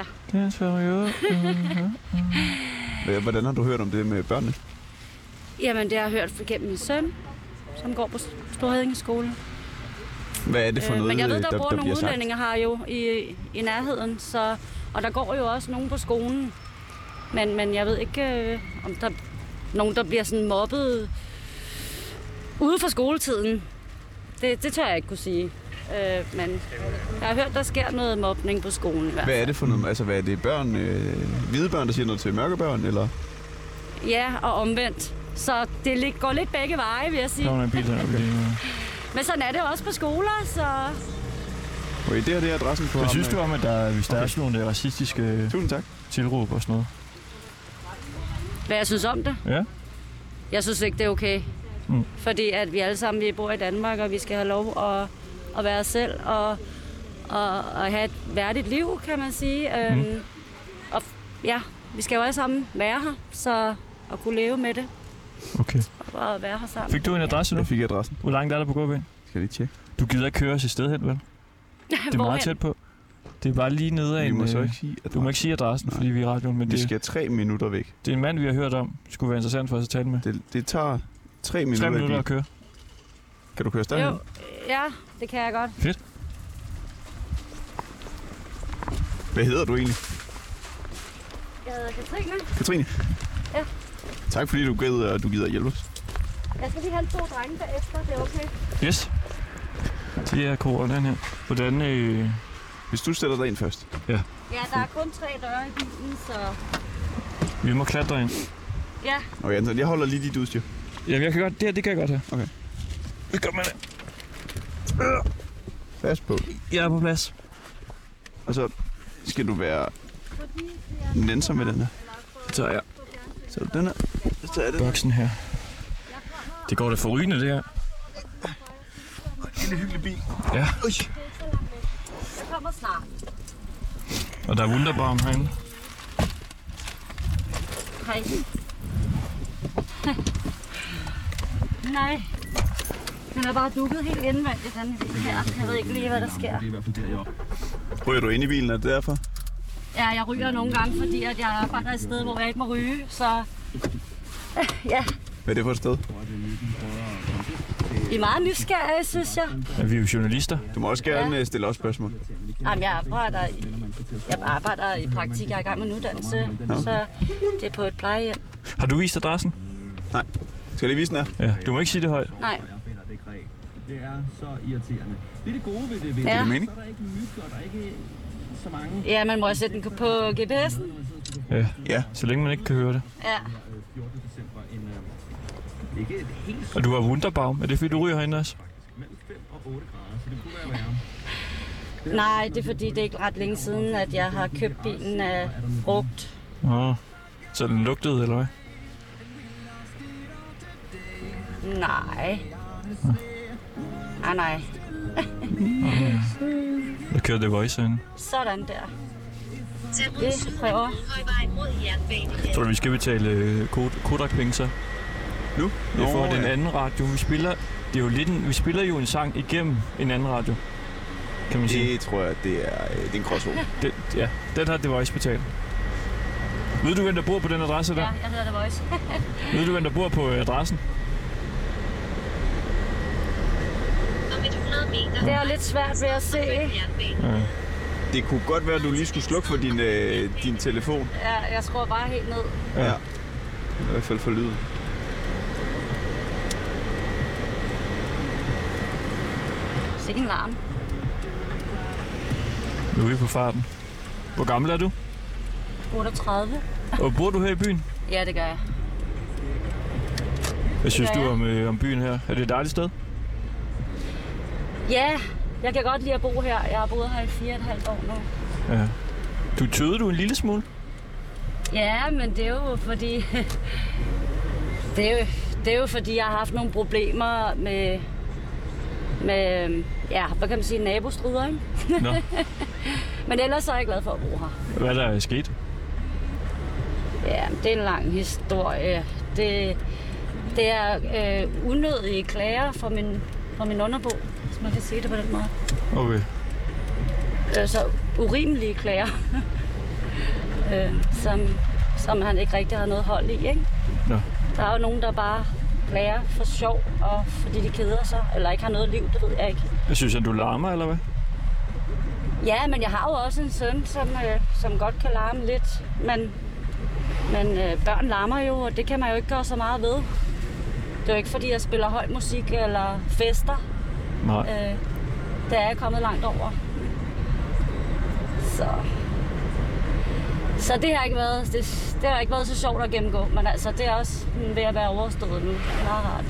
Hvordan har du hørt om det med børnene? Jamen, det har jeg hørt gennem min søn, som går på Storhedinge skole. Hvad er det for noget, men jeg ved, der bor nogle bliver udlændinge her jo i nærheden, og der går jo også nogen på skolen. Men jeg ved ikke, om der er nogen, der bliver sådan mobbet ude for skoletiden. Det tør jeg ikke kunne sige. Men jeg har hørt, der sker noget mobning på skolen. Hvad er det for noget? Altså, hvad er det? Børn, hvide børn, der siger noget til mørke børn, eller? Ja, og omvendt. Så det går lidt begge veje, vil jeg sige. Der er en bil her. Men sådan er det også på skoler, så... Okay, det er adressen på Hvad synes du om, at hvis der er sådan nogle racistiske tilråb og sådan noget? Hvad jeg synes om det? Ja. Jeg synes ikke, det er okay. Mm. Fordi at vi alle sammen vi bor i Danmark, og vi skal have lov at være os selv og have et værdigt liv, kan man sige. Og ja, vi skal jo alle sammen være her, så at kunne leve med det. Okay. Og være her sammen. Fik du en adresse nu? Jeg fik adressen. Hvor langt er der på gåben? Skal jeg lige tjekke. Du gider ikke køre os et sted hen, vel? Det er meget tæt på. Det er bare lige nede af en... Du må ikke sige adressen, fordi vi er i radioen. Men vi skal 3 minutter væk. Det er en mand, vi har hørt om. Det skulle være interessant for os at tale med. Det tager 3 minutter. 3 minutter at køre. Kan du køre stadig? Jo, ja, det kan jeg godt. Fedt. Hvad hedder du egentlig? Jeg hedder Katrine. Katrine? Ja. Tak fordi du gider hjælpe os. Jeg skal lige have 2 drenge bagefter, det er okay. Yes. Det er den her. Hvordan... Hvis du stiller dig ind først. Ja. Ja, der er kun 3 døre i bilen, så... Vi må klatre ind. Ja. Okay, Anton, jeg holder lige dit udstyr. Jamen, jeg kan godt... Det kan jeg godt have. Okay. Vi kommer med det. Fast på. Jeg er på plads. Og så skal du være nænsom med den her. Så ja. Så er den her. Så er det boksen her. Det går da forrygende, det her. En hyggelig bil. Ja. Jeg kommer snart. Og der er Wunderbaum herinde. Hej. Nej. Den er bare dukket helt indvendigt, den her. Jeg ved ikke lige, hvad der sker. Ryger du ind i bilen, er det derfor? Ja, jeg ryger nogle gange, fordi at jeg arbejder et sted, hvor jeg ikke må ryge, så... Ja. Hvad er det for et sted? I er meget nysgerrige, synes jeg. Ja, vi er jo journalister. Du må også gerne stille os spørgsmål. Jamen, jeg arbejder i praktik. Jeg er i gang med en uddannelse, så det er på et plejehjem. Har du vist adressen? Nej. Skal jeg lige vise den her? Ja, du må ikke sige det højt. Nej. Det er så irriterende. Det er det gode ved det. Ja. Det mening? Så er der ikke myg, og der er ikke så mange... Ja, man må sætte den på GPS'en. Ja, så længe man ikke kan høre det. Ja. Og du har Wunderbaum. Er det fordi, du ryger herinde også? Nej, det er fordi, det er ikke ret længe siden, at jeg har købt bilen brugt. Så den lugtede, eller hvad? Nej. Nej. Der kører The Voice herinde. Sådan der. Vi prøver. Tror du, vi skal betale Kodak-penge så? Nu? Ja, for den anden radio. Vi spiller jo en sang igennem en anden radio. Kan man sige. Det tror jeg, det er en gråzone. Ja, den har The Voice betalt. Ved du, hvem der bor på den adresse der? Ja, jeg hedder The Voice. Ved du, hvem der bor på adressen? Det er lidt svært ved at se. Ja. Det kunne godt være, at du lige skulle slukke for din telefon. Ja, jeg skruer bare helt ned. Ja. I hvert fald for lyden. Sikke en larm. Nu er vi på farten. Hvor gammel er du? 38. Og bor du her i byen? Ja, det gør jeg. Hvad synes du om byen her? Er det et dejligt sted? Ja, jeg kan godt lide at bo her. Jeg har boet her i 4,5 år nu. Ja. Du tøvede en lille smule? Ja, men det er jo fordi... det er jo fordi, jeg har haft nogle problemer med ja, hvad kan man sige, nabostrider, ikke? Nå. Men ellers er jeg glad for at bo her. Hvad der er sket? Ja, det er en lang historie. Det er unødige klager fra min underbo, hvis man kan sige det på den måde. Okay. Så urimelige klager, som han ikke rigtig har noget hold i, ikke? Ja. Der er jo nogen, der bare klager for sjov, og fordi de keder sig, eller ikke har noget liv, det ved jeg ikke. Jeg synes, at du larmer, eller hvad? Ja, men jeg har jo også en søn, som godt kan larme lidt, men børn larmer jo, og det kan man jo ikke gøre så meget ved. Det er jo ikke, fordi jeg spiller høj musik eller fester. Nej. Det er jeg kommet langt over. Så det har ikke været, det har ikke været så sjovt at gennemgå, men altså, det er også ved at være overstået nu. Det er meget rart.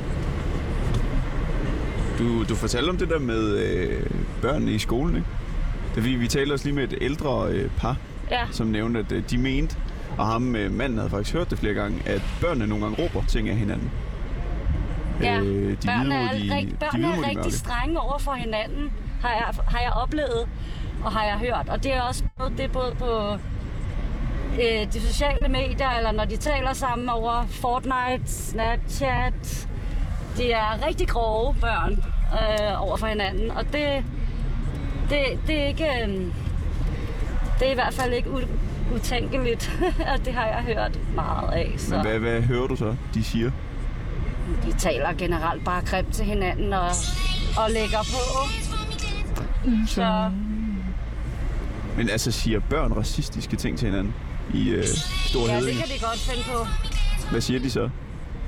Du fortalte om det der med børnene i skolen, ikke? Det er fordi, vi talte også lige med et ældre par, som nævnte, at de mente, og ham manden havde faktisk hørt det flere gange, at børnene nogle gange råber ting af hinanden. Ja, børnene er rigtig strenge over for hinanden, har jeg oplevet, og har jeg hørt. Og det er også både på de sociale medier, eller når de taler sammen over Fortnite, Snapchat. De er rigtig grove børn over for hinanden, og det er ikke... det er i hvert fald ikke utænkeligt, og det har jeg hørt meget af. Så. Men hvad hører du så, de siger? De taler generelt bare grimt til hinanden og lægger på. Så Men altså, siger børn racistiske ting til hinanden i Store Ja, Heddinge? det kan de godt finde på. Hvad siger de så?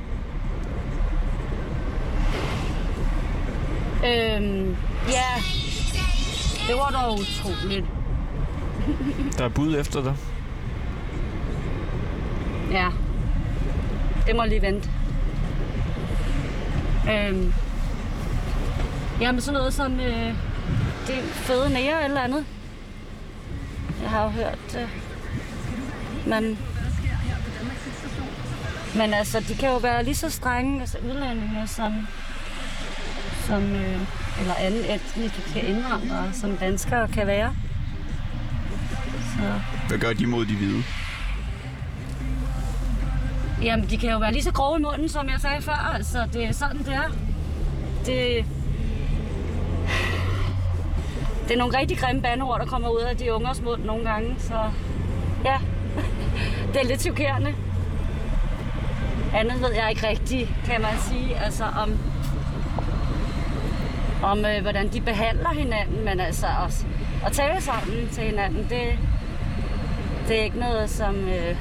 Ja, det var da utroligt. Der er bud efter dig. Ja, det må lige vente. Jamen sådan noget som det fede nære eller andet. Jeg har jo hørt det. Men altså, de kan jo være lige så strenge altså udlændinge som eller anden etniske indvandrere, som danskere kan være. Så. Hvad gør de mod de hvide? Jamen, de kan jo være lige så grove i munden, som jeg sagde før. Altså, det er sådan, det er. Det er nogle rigtig grimme bandeord, der kommer ud af de ungers mund nogle gange, så ja, det er lidt chokerende. Andet ved jeg ikke rigtigt, kan man sige, altså om hvordan de behandler hinanden, men altså at tale sammen til hinanden, det er ikke noget, som...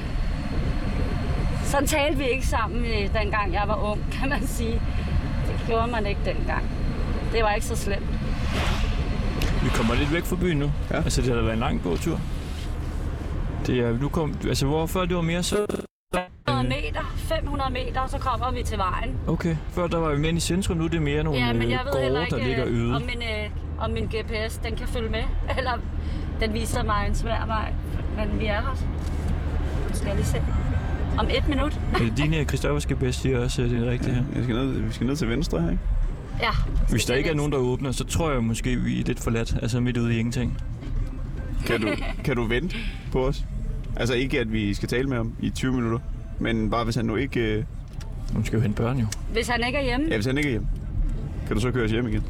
Sådan talte vi ikke sammen, dengang jeg var ung, kan man sige. Det gjorde man ikke dengang. Det var ikke så slemt. Vi kommer lidt væk fra byen nu. Ja. Altså, det har været en lang gåtur. Det er, nu kom, altså, hvor før det var mere så... 500 meter, så kommer vi til vejen. Okay, før der var vi mere i centrum, nu er det mere nogle gårde, der ligger øde. Om min GPS, den kan følge med, eller den viser mig en svær vej. Men vi er her. Skal jeg lige se. Om 1 minut. Dine Christoffers GPS siger også, at det er rigtigt her. Vi skal ned til venstre her, ikke? Ja. Hvis der ikke er nogen, der åbner, så tror jeg måske, vi er lidt forladt. Altså midt ude i ingenting. Kan du vente på os? Altså ikke, at vi skal tale med ham i 20 minutter, men bare hvis han nu ikke... Nu skal jo hente børn jo. Hvis han ikke er hjemme? Ja, hvis han ikke er hjemme. Kan du så køre os hjem igen?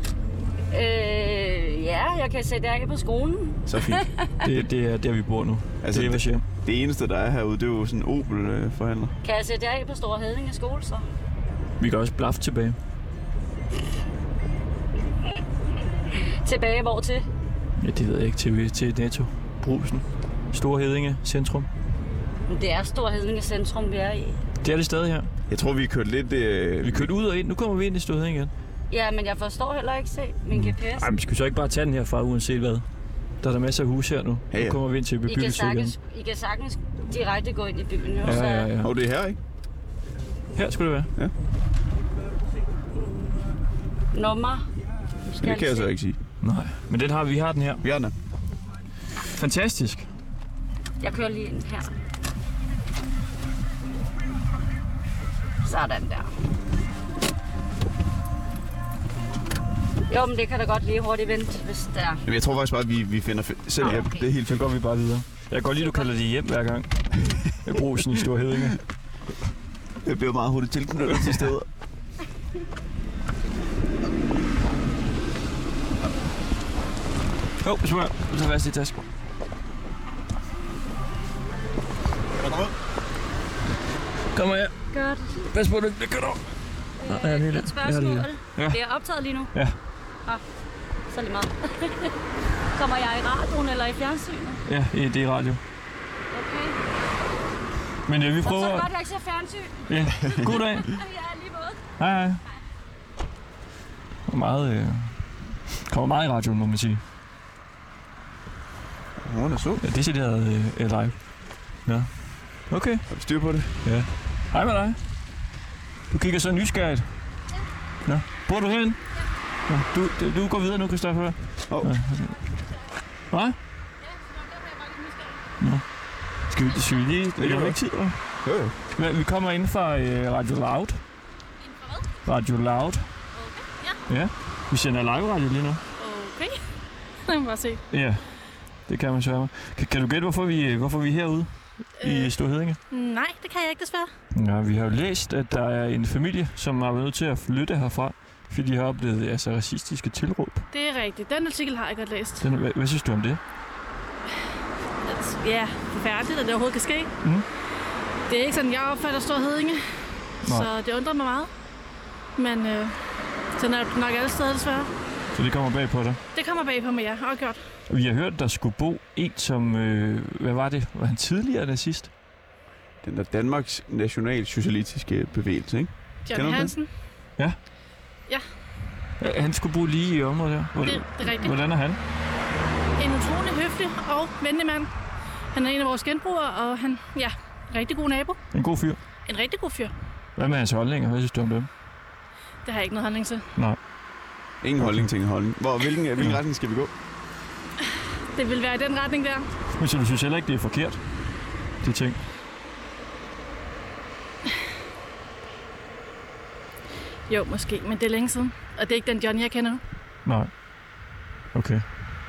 Ja, jeg kan sætte af på skolen. Så fint. Det er der, vi bor nu. Altså, det eneste, der er herude, det er jo sådan en Opel-forhandler. Kan jeg sætte af på Store Heddinge skole, så? Vi kan også blaffe tilbage. Tilbage hvor til? Ja, det ved jeg ikke. Til Netto. Brugsen. Store Heddinge Centrum. Det er Store Heddinge Centrum, vi er i. Det er det stadig her. Jeg tror, vi er kørt lidt... Vi kørte ud og ind. Nu kommer vi ind i Store Heddinge igen. Ja, men jeg forstår heller ikke se min GPS. Ej, men skal vi så ikke bare tage den herfra, uanset hvad? Der er der masser af hus her nu. Ja. Nu kommer vi ind til bebyggelse igen. I kan sagtens direkte gå ind i byen. Jo, ja. Og det er her, ikke? Her skulle det være. Ja. Nummer. Det kan jeg så ikke sige. Nej, men vi har den her. Vi har den. Fantastisk. Jeg kører lige ind her. Sådan der. Jo, men det kan da godt lige hurtigt vente, hvis det er. Jamen, jeg tror faktisk bare, at vi finder selv hjem. Okay. Det er helt fint. Så går vi bare videre. Jeg kan godt lide, du kalder det hjem hver gang. Jeg bruger sådan i Store Heddinge. Det bliver meget hurtigt tilknyttet til steder. Smør. Du tager fast i tasken. Kom her. Godt. Pas på, det kører over. Et spørgsmål. Ja. Det er optaget lige nu? Ja. Så lige meget. Kommer jeg i radioen eller i fjernsynet? Ja, det er i radio. Okay. Men vi prøver... Så er det godt, jeg ikke ser fjernsyn. Ja, god dag. Ja, lige måde. Hej. Kommer meget i radioen, må man sige. Hun er så. Ja, det siger det live. Ja. Okay. Har du styr på det? Ja. Hej med dig. Du kigger så nysgerrigt. Ja. Nå. Bor du herinde? Ja. Du går videre nu, Christoffer. Ja. Hvad? Nå. Skal vi lige... Jeg har ikke tid, hva'? Jo. Vi kommer ind fra Radio Loud. Radio Loud. Okay, ja. Ja. Vi sender live-radio lige nu. Okay. Jeg må bare se. Ja, det kan man sørge. Kan du gætte, hvorfor vi er herude i Store Heddinge? Nej, det kan jeg ikke desværre. Ja, vi har jo læst, at der er en familie, som har været nødt til at flytte herfra, fordi de har oplevet racistiske tilråb. Det er rigtigt. Den artikel har jeg godt læst. Hvad synes du om det? Ja, forfærdeligt, at det overhovedet kan ske. Mm. Det er ikke sådan, jeg opfatter Store Heddinge, så det undrer mig meget. Men sådan er det nok alle steder desværre. Så det kommer bag på dig? Det kommer bag på mig, ja. Og godt. Vi har hørt, der skulle bo en, som... hvad var det? Var han tidligere nazist? Den der Danmarks nationalsocialistiske bevægelse, ikke? Johnny Hansen? Ja. Ja. Han skulle bo lige i området her. Det er rigtigt. Hvordan er han? En utrolig høflig og venlig mand. Han er en af vores genbrugere, og han, ja, rigtig god nabo. En god fyr? En rigtig god fyr. Hvad med hans holdninger? Hvad synes du om dem? Det har jeg ikke noget holdning til. Nej. Ingen holdning til en holdning. Hvilken retning skal vi gå? Det vil være i den retning der. Men så du synes heller ikke, det er forkert, de ting? Jo, måske, men det er længe siden. Og det er ikke den Johnny, jeg kender nu. Nej. Okay.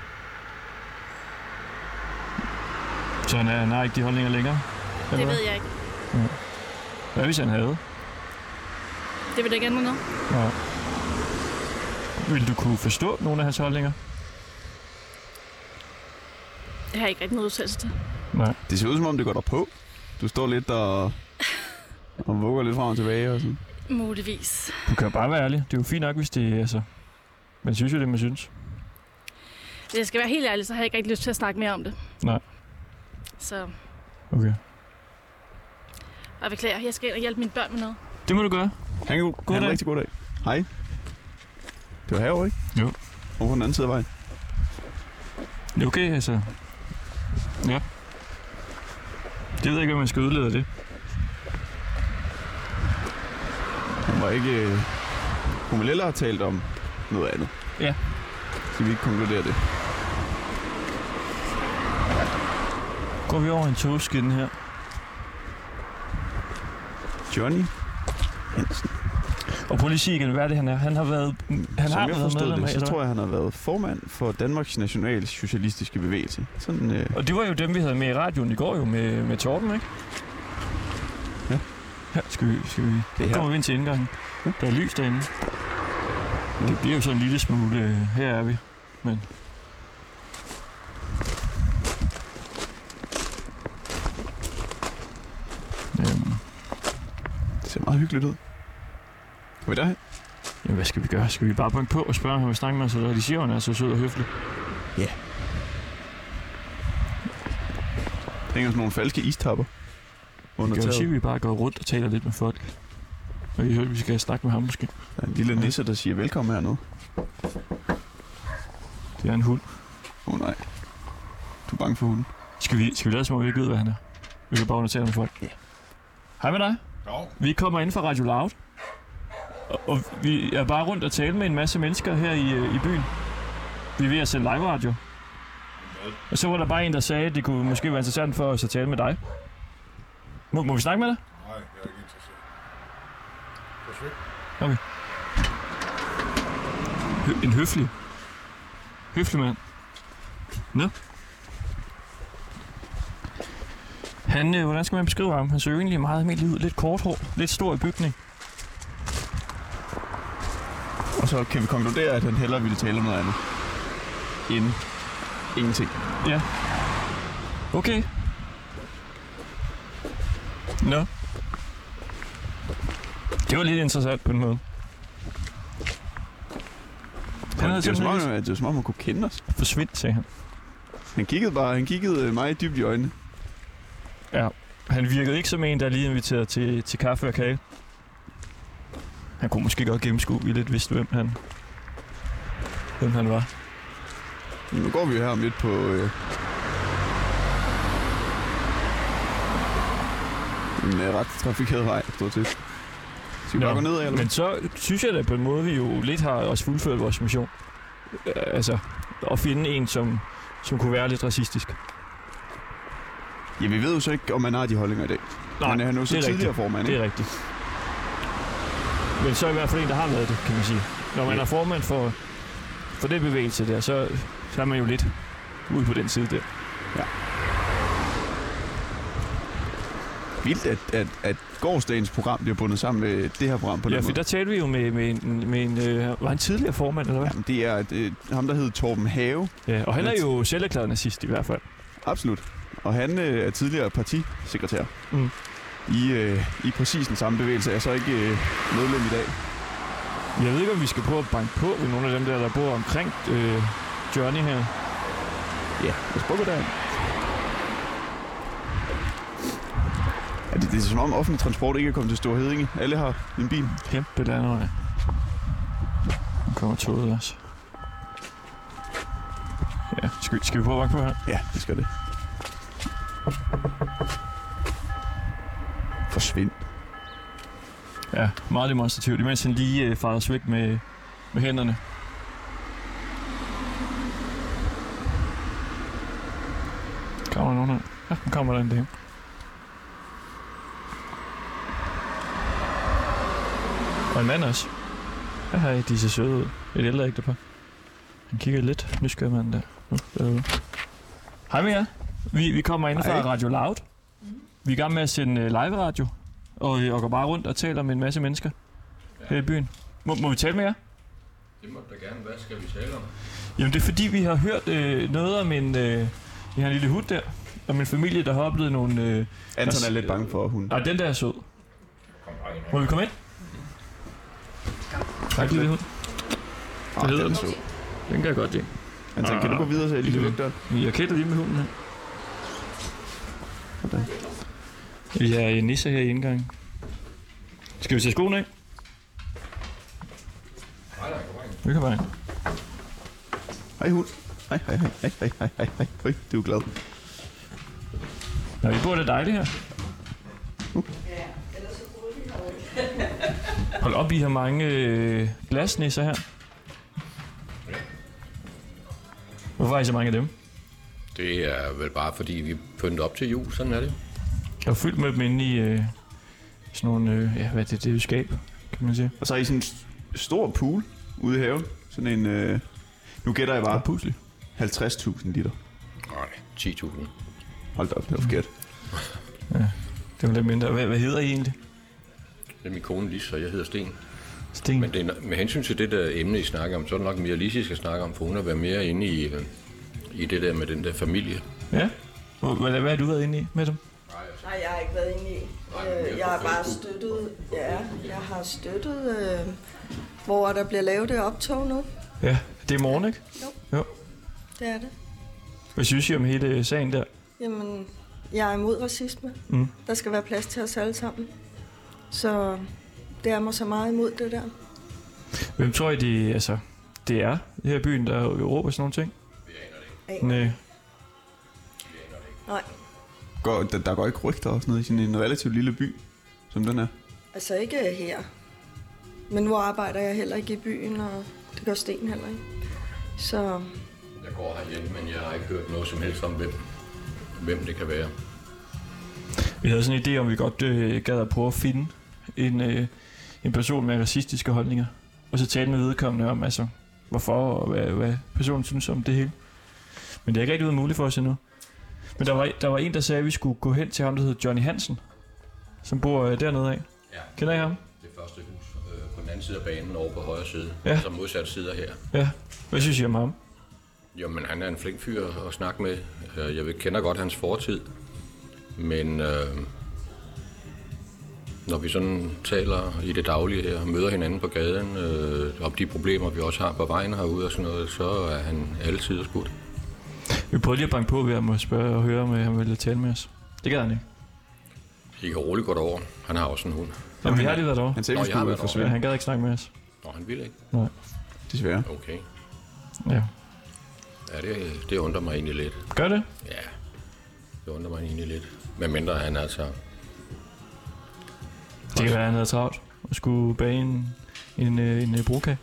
Så han har ikke de holdninger længere? Det ved jeg ikke. Ja. Hvad hvis han havde? Det vil da ikke ændre noget. Nej. Vil du kunne forstå nogle af hans holdninger? Det har jeg ikke rigtig noget udtalelse til. Nej. Det ser ud som om, det går der på. Du står lidt og vugger lidt frem og tilbage og sådan. Muligvis. Du kan jo bare være ærlig. Det er jo fint nok, hvis det altså... Man synes jo det, man synes. Hvis jeg skal være helt ærlig, så har jeg ikke rigtig lyst til at snakke mere om det. Nej. Så... Okay. Og jeg beklager, jeg skal ind og hjælpe mine børn med noget. Det må du gøre. Ha' en rigtig god dag. Hej. Det var herovre, ikke? Jo. Over på den anden side af vejen. Det er okay, altså. Ja. Det ved jeg ikke, om man skal udlede af det. Hun var ikke... Hun ville have talt om noget andet. Ja. Så vi ikke konkludere det. Går vi over en togskinne her. Johnny Hansen. Og prøv lige at sige igen, hvad er det, han er? Han har været... Som jeg forstod det, så tror jeg, han har været formand for Danmarks nationalsocialistiske bevægelse. Sådan, Og det var jo dem, vi havde med i radioen i går jo, med Torben, ikke? Ja. Her skal vi... Nu kommer vi ind til indgangen. Ja. Der er lys derinde. Ja. Det bliver jo sådan en lille smule... her er vi. Men... Det ser meget hyggeligt ud. Hvad er det her? Jamen, hvad skal vi gøre? Skal vi bare banke på og spørge, om han vil snakke med os, eller de siger, han er så sød og høflig? Ja. Der hænger sådan nogle falske istapper. Vi kan jo sige, at vi bare går rundt og taler lidt med folk. Og I hørte, vi skal snakke med ham måske. Der er en lille nisse, der siger velkommen hernede. Det er en hund. Nej. Du er bange for hunden. Skal vi lade som om, vi ikke ved, hvad han er? Vi kan bare tale med folk. Ja. Hej med dig. Jo. Vi kommer ind fra Radio Loud. Og vi er bare rundt og tale med en masse mennesker her i byen. Vi er ved at sende live radio. Og så var der bare en, der sagde, at det kunne måske være interessant for os at tale med dig. Må vi snakke med dig? Nej, jeg er ikke interesseret. Okay. En høflig mand. Nå. Han, hvordan skal man beskrive ham? Han ser jo egentlig meget almindelig ud. Lidt kort hår, lidt stor i bygning. Og så kan vi konkludere, at han hellere ville tale om noget andet. End ingenting. Ja. Okay. Nå. Det var lidt interessant på en måde. Det var som om, man kunne kende os. Forsvind, sagde han. Han kiggede mig dybt i øjnene. Ja, han virkede ikke som en, der lige inviteret til kaffe og kage. Han kunne måske godt gennemskue, vi lidt vidste, hvem han var. Nu går vi jo her midt på... en ret trafikeret vej, stort set. Skal vi bare gå ned, eller? Men så synes jeg da på en måde, vi jo lidt har også fuldført vores mission. Altså, at finde en, som kunne være lidt racistisk. Ja, vi ved jo så ikke, om man har de holdninger i dag. Nej, han er jo så tidligere formand, ikke? Det er rigtigt. Men så i hvert fald en, der har været det, kan man sige. Når man er formand for den bevægelse der, så er man jo lidt ude på den side der. Ja. Vildt, at gårsdagens program bliver bundet sammen med det her program på den måde. Ja, for der talte vi jo med en var han tidligere formand, eller hvad? Jamen, det er ham, der hedder Torben Have. Ja, og han er jo selv erklæret nazist i hvert fald. Absolut. Og han er tidligere partisekretær i præcis den samme bevægelse. Jeg er så ikke medlem i dag. Jeg ved ikke, om vi skal prøve at banke på ved nogle af dem der bor omkring Johnny her. Ja, lad os prøve der. Ja, det er som om offentlig transport ikke er kommet til Store Heddinge. Alle har en bil. Kæmpe landevej. Nu kommer toget også. Ja, skal vi prøve at banke på her? Ja, det skal det. Forsvind. Ja, meget demonstrativt. Imens han lige fares væk med hænderne. Kommer der nogen her? Ja, nu kommer der en dame. Og en mand også. Ja, hej, de ser søde ud. Et ældre ægtepar. Han kigger lidt nysgerrig mand der. Derude. Hej med jer. Vi kommer ind fra Radio Loud. Vi er i gang med at sende live radio. Og går bare rundt og taler med en masse mennesker her i byen. Må vi tale med jer? Det må da gerne. Hvad skal vi tale om? Jamen det er fordi, vi har hørt noget om en... vi har en lille hund der. Om en familie, der har oplevet nogle... Anton er lidt bange for hunden. Nej, den der er sød. Må vi komme ind? Tak, lille hund. Hvad hedder den? Den kan jeg godt lide. Anton, kan du gå videre, så jeg lige lukker døren? Jeg kætter lige med hunden her. Sådan. Vi har en nisse her i indgangen. Skal vi tage skoene af? Vi kan bare ind. Hej hund. Hej. Høj, du er glad. Nå, vi bor det dejligt her. Hold op, I har mange glasnisser her. Hvorfor er I så mange af dem? Det er vel bare fordi, vi pynter op til jul, sådan er det. Jeg er fyldt med dem inde i sådan nogle, hvad er det skab, kan man sige. Og så er I sådan en stor pool ude i haven. Sådan en, nu gætter jeg bare 50.000 liter. Nej, 10.000. Hold da op, det var forkert. Ja, det var lidt mindre. Hvad hedder I egentlig? Det er min kone Lis, og jeg hedder Sten. Sten. Men det er, med hensyn til det der emne, I snakker om, så er det nok mere Lis, I skal snakke om, for hun har været mere inde i det der med den der familie. Ja? Hvad har du været inde i med dem? Nej, jeg har ikke været inde i. Jeg har bare støttet, hvor der bliver lavet det optog nu. Ja, det er morgen, ikke? Jo. Det er det. Hvad synes I om hele sagen der? Jamen, jeg er imod racisme. Der skal være plads til os alle sammen. Så det er mig så meget imod det der. Hvem tror I, det er her i byen, der råber sådan nogle ting? Vi aner det ikke. Nej. Der går ikke rygter og sådan noget i sådan en relativt lille by, som den er? Altså ikke her. Men nu arbejder jeg heller ikke i byen, og det gør Sten heller ikke. Så... Jeg går herhjemme, men jeg har ikke hørt noget som helst om, hvem det kan være. Vi havde sådan en idé om, vi godt gad at prøve at finde en person med racistiske holdninger. Og så tale med vedkommende om, altså, hvorfor og hvad personen synes om det hele. Men det er ikke rigtig været muligt for os endnu. Men der var en, der sagde, at vi skulle gå hen til ham, der hedder Johnny Hansen, som bor dernede af. Ja. Kender I ham? Det første hus på den anden side af banen over på højre side, ja. Som modsat sider her. Ja. Hvad synes I om ham? Jo, men han er en flink fyr at snakke med. Jeg kender godt hans fortid, men når vi sådan taler i det daglige her, møder hinanden på gaden, om de problemer, vi også har på vejen herude og sådan noget, så er han altid skudt. Vi prøver lige at banke på ved at spørge og høre, om han vil tale med os. Det gør han ikke. I kan roligt gå derover. Han har også en hund. Jamen, vi har lige været derovre. Han sagde, vi skulle forsvinde. Ja, han gad ikke snakke med os. Nå, han ville ikke? Nej. Desværre. Okay. Ja. Ja, det undrer mig egentlig lidt. Gør det? Ja, det undrer mig egentlig lidt. Men mindre han altså... Det kan være, han havde travlt og skulle bage en brokage.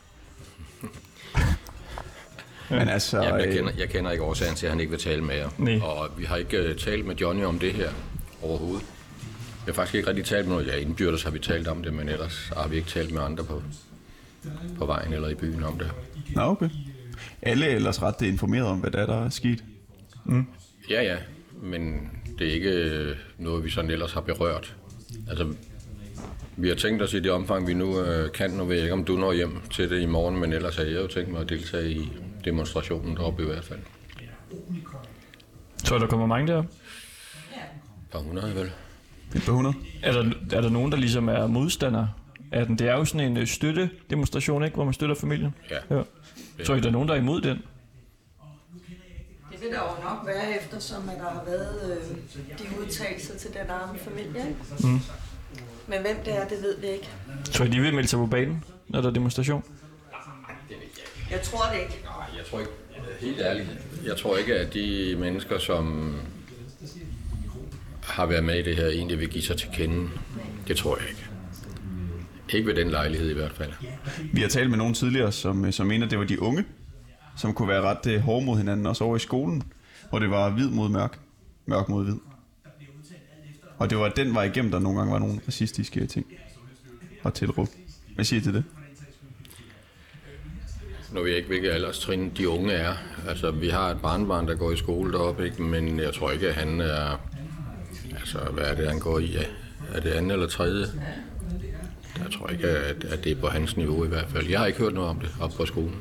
Men altså... Jeg kender ikke årsagen til, at han ikke vil tale med jer. Nej. Og vi har ikke talt med Johnny om det her overhovedet. Vi har faktisk ikke rigtig talt med noget. Ja, indbyrdes har vi talt om det, men ellers har vi ikke talt med andre på vejen eller i byen om det. Nå, okay. Alle er ellers ret informeret om, hvad der er sket. Ja, men det er ikke noget, vi sådan ellers har berørt. Altså, vi har tænkt os i det omfang, vi nu kan. Nu ved jeg ikke, om du når hjem til det i morgen, men ellers har jeg jo tænkt mig at deltage i demonstrationen deroppe i hvert fald. Tror der kommer mange deroppe? Par 100 vel. Et par 100? Er der nogen, der ligesom er modstandere af den. Det er jo sådan en støttedemonstration, ikke? Hvor man støtter familien. Ja. Så er der nogen, der er imod den? Det vil der jo nok være, eftersom at der har været de udtalelser til den arme familie. Ikke? Mm. Men hvem det er, det ved vi ikke. Tror I, de vil melde sig på banen, når der er demonstration? Jeg tror det ikke. Nej, jeg tror ikke. Helt ærligt. Jeg tror ikke, at de mennesker, som har været med i det her, egentlig vil give sig til kende. Det tror jeg ikke. Ikke ved den lejlighed i hvert fald. Vi har talt med nogen tidligere, som mener, at det var de unge, som kunne være ret hårde mod hinanden, også over i skolen, hvor det var hvid mod mørk, mørk mod hvid. Og det var den vej igennem, der nogle gange var nogle racistiske ting og tilråb. Hvad siger I til det? Nu ved jeg ikke, hvilke alderstrin de unge er. Altså, vi har et barnebarn, der går i skole deroppe, ikke? Men jeg tror ikke, at han er... Altså, hvad er det, han går i? Er det anden eller tredje? Jeg tror ikke, at det er på hans niveau i hvert fald. Jeg har ikke hørt noget om det oppe på skolen.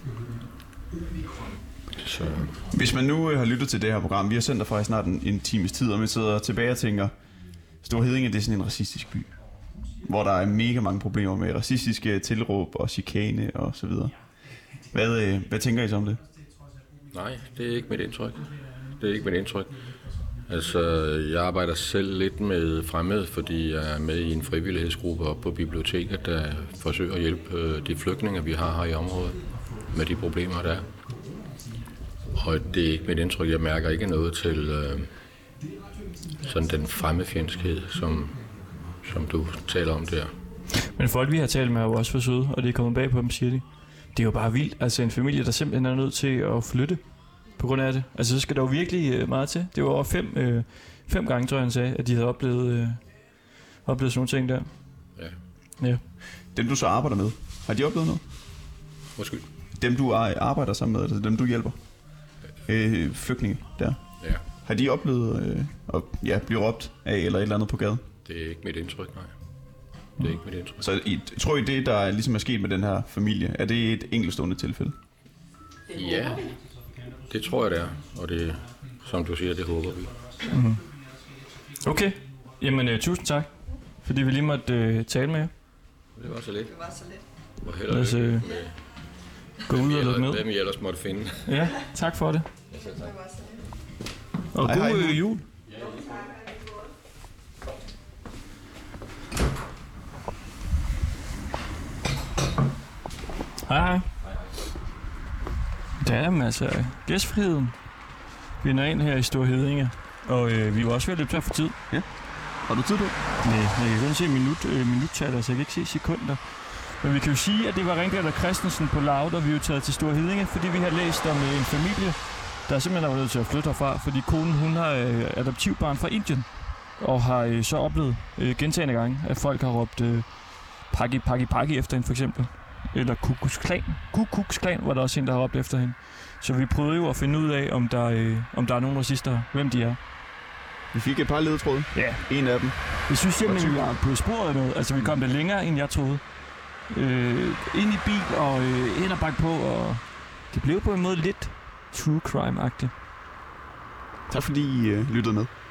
Så. Hvis man nu har lyttet til det her program, vi har sendt derfra i snart en times tid, og man sidder tilbage og tænker, Store Heddinge, det er sådan en racistisk by, hvor der er mega mange problemer med racistiske tilråb og chikane og så videre. Hvad tænker I så om det? Nej, det er ikke mit indtryk. Det er ikke mit indtryk. Altså, jeg arbejder selv lidt med fremmede, fordi jeg er med i en frivillighedsgruppe oppe på biblioteket, der forsøger at hjælpe de flygtninge, vi har her i området, med de problemer, der er. Og det er ikke mit indtryk. Jeg mærker ikke noget til sådan den fremmedfjendskhed, som du taler om der. Men folk, vi har talt med, er jo også for søde, og det er kommet bag på dem, siger de. Det er jo bare vildt. Altså en familie, der simpelthen er nødt til at flytte på grund af det. Altså så skal der jo virkelig meget til. Det var over 5 gange, tror jeg, han sagde, at de havde oplevet sådan nogle ting der. Ja. Dem, du så arbejder med, har de oplevet noget? Undskyld. Dem, du arbejder sammen med, altså dem, du hjælper? Flygtninge der. Ja. Har de oplevet at blive råbt af eller et eller andet på gaden? Det er ikke mit indtryk, nej. Det er ikke mit indtryk. Så tror I, det, der ligesom er sket med den her familie, er det et enkeltstående tilfælde? Ja, det tror jeg, det er. Og det, som du siger, det håber vi. Mm-hmm. Okay. Jamen, tusind tak, fordi vi lige måtte tale med jer. Det var så lidt. Og lad os gå ud og lukke ned. Hvem I ellers måtte finde. Ja, tak for det. Ja, tak. Og god jul. Hej. Der er masser af gæstfriheden. Vi er ind her i Store Heddinge, og vi var også ved at løbe tør for tid. Ja. Har du tid på? Nej, jeg kan kun se minuttal, så jeg kan ikke se sekunder. Men vi kan jo sige, at det var Ringgaard og Christensen på Loud, og vi er jo taget til Store Heddinge, fordi vi har læst om en familie, der simpelthen er nødt til at flytte herfra, fordi konen, hun har adoptivbarn fra Indien, og har så oplevet gentagne gange, at folk har råbt Paki efter hende for eksempel. Eller Ku Klux Klan var der også en, der har råbt efter hende. Så vi prøvede jo at finde ud af, om der er nogen racister, hvem de er. Vi fik et par ledetråde. Ja. En af dem. Jeg synes simpelthen, vi var på sporet af noget. Altså, vi kom der længere, end jeg troede. Ind i bil og ind og bakke på, og det blev på en måde lidt true crime-agtigt. Tak fordi I lyttede med.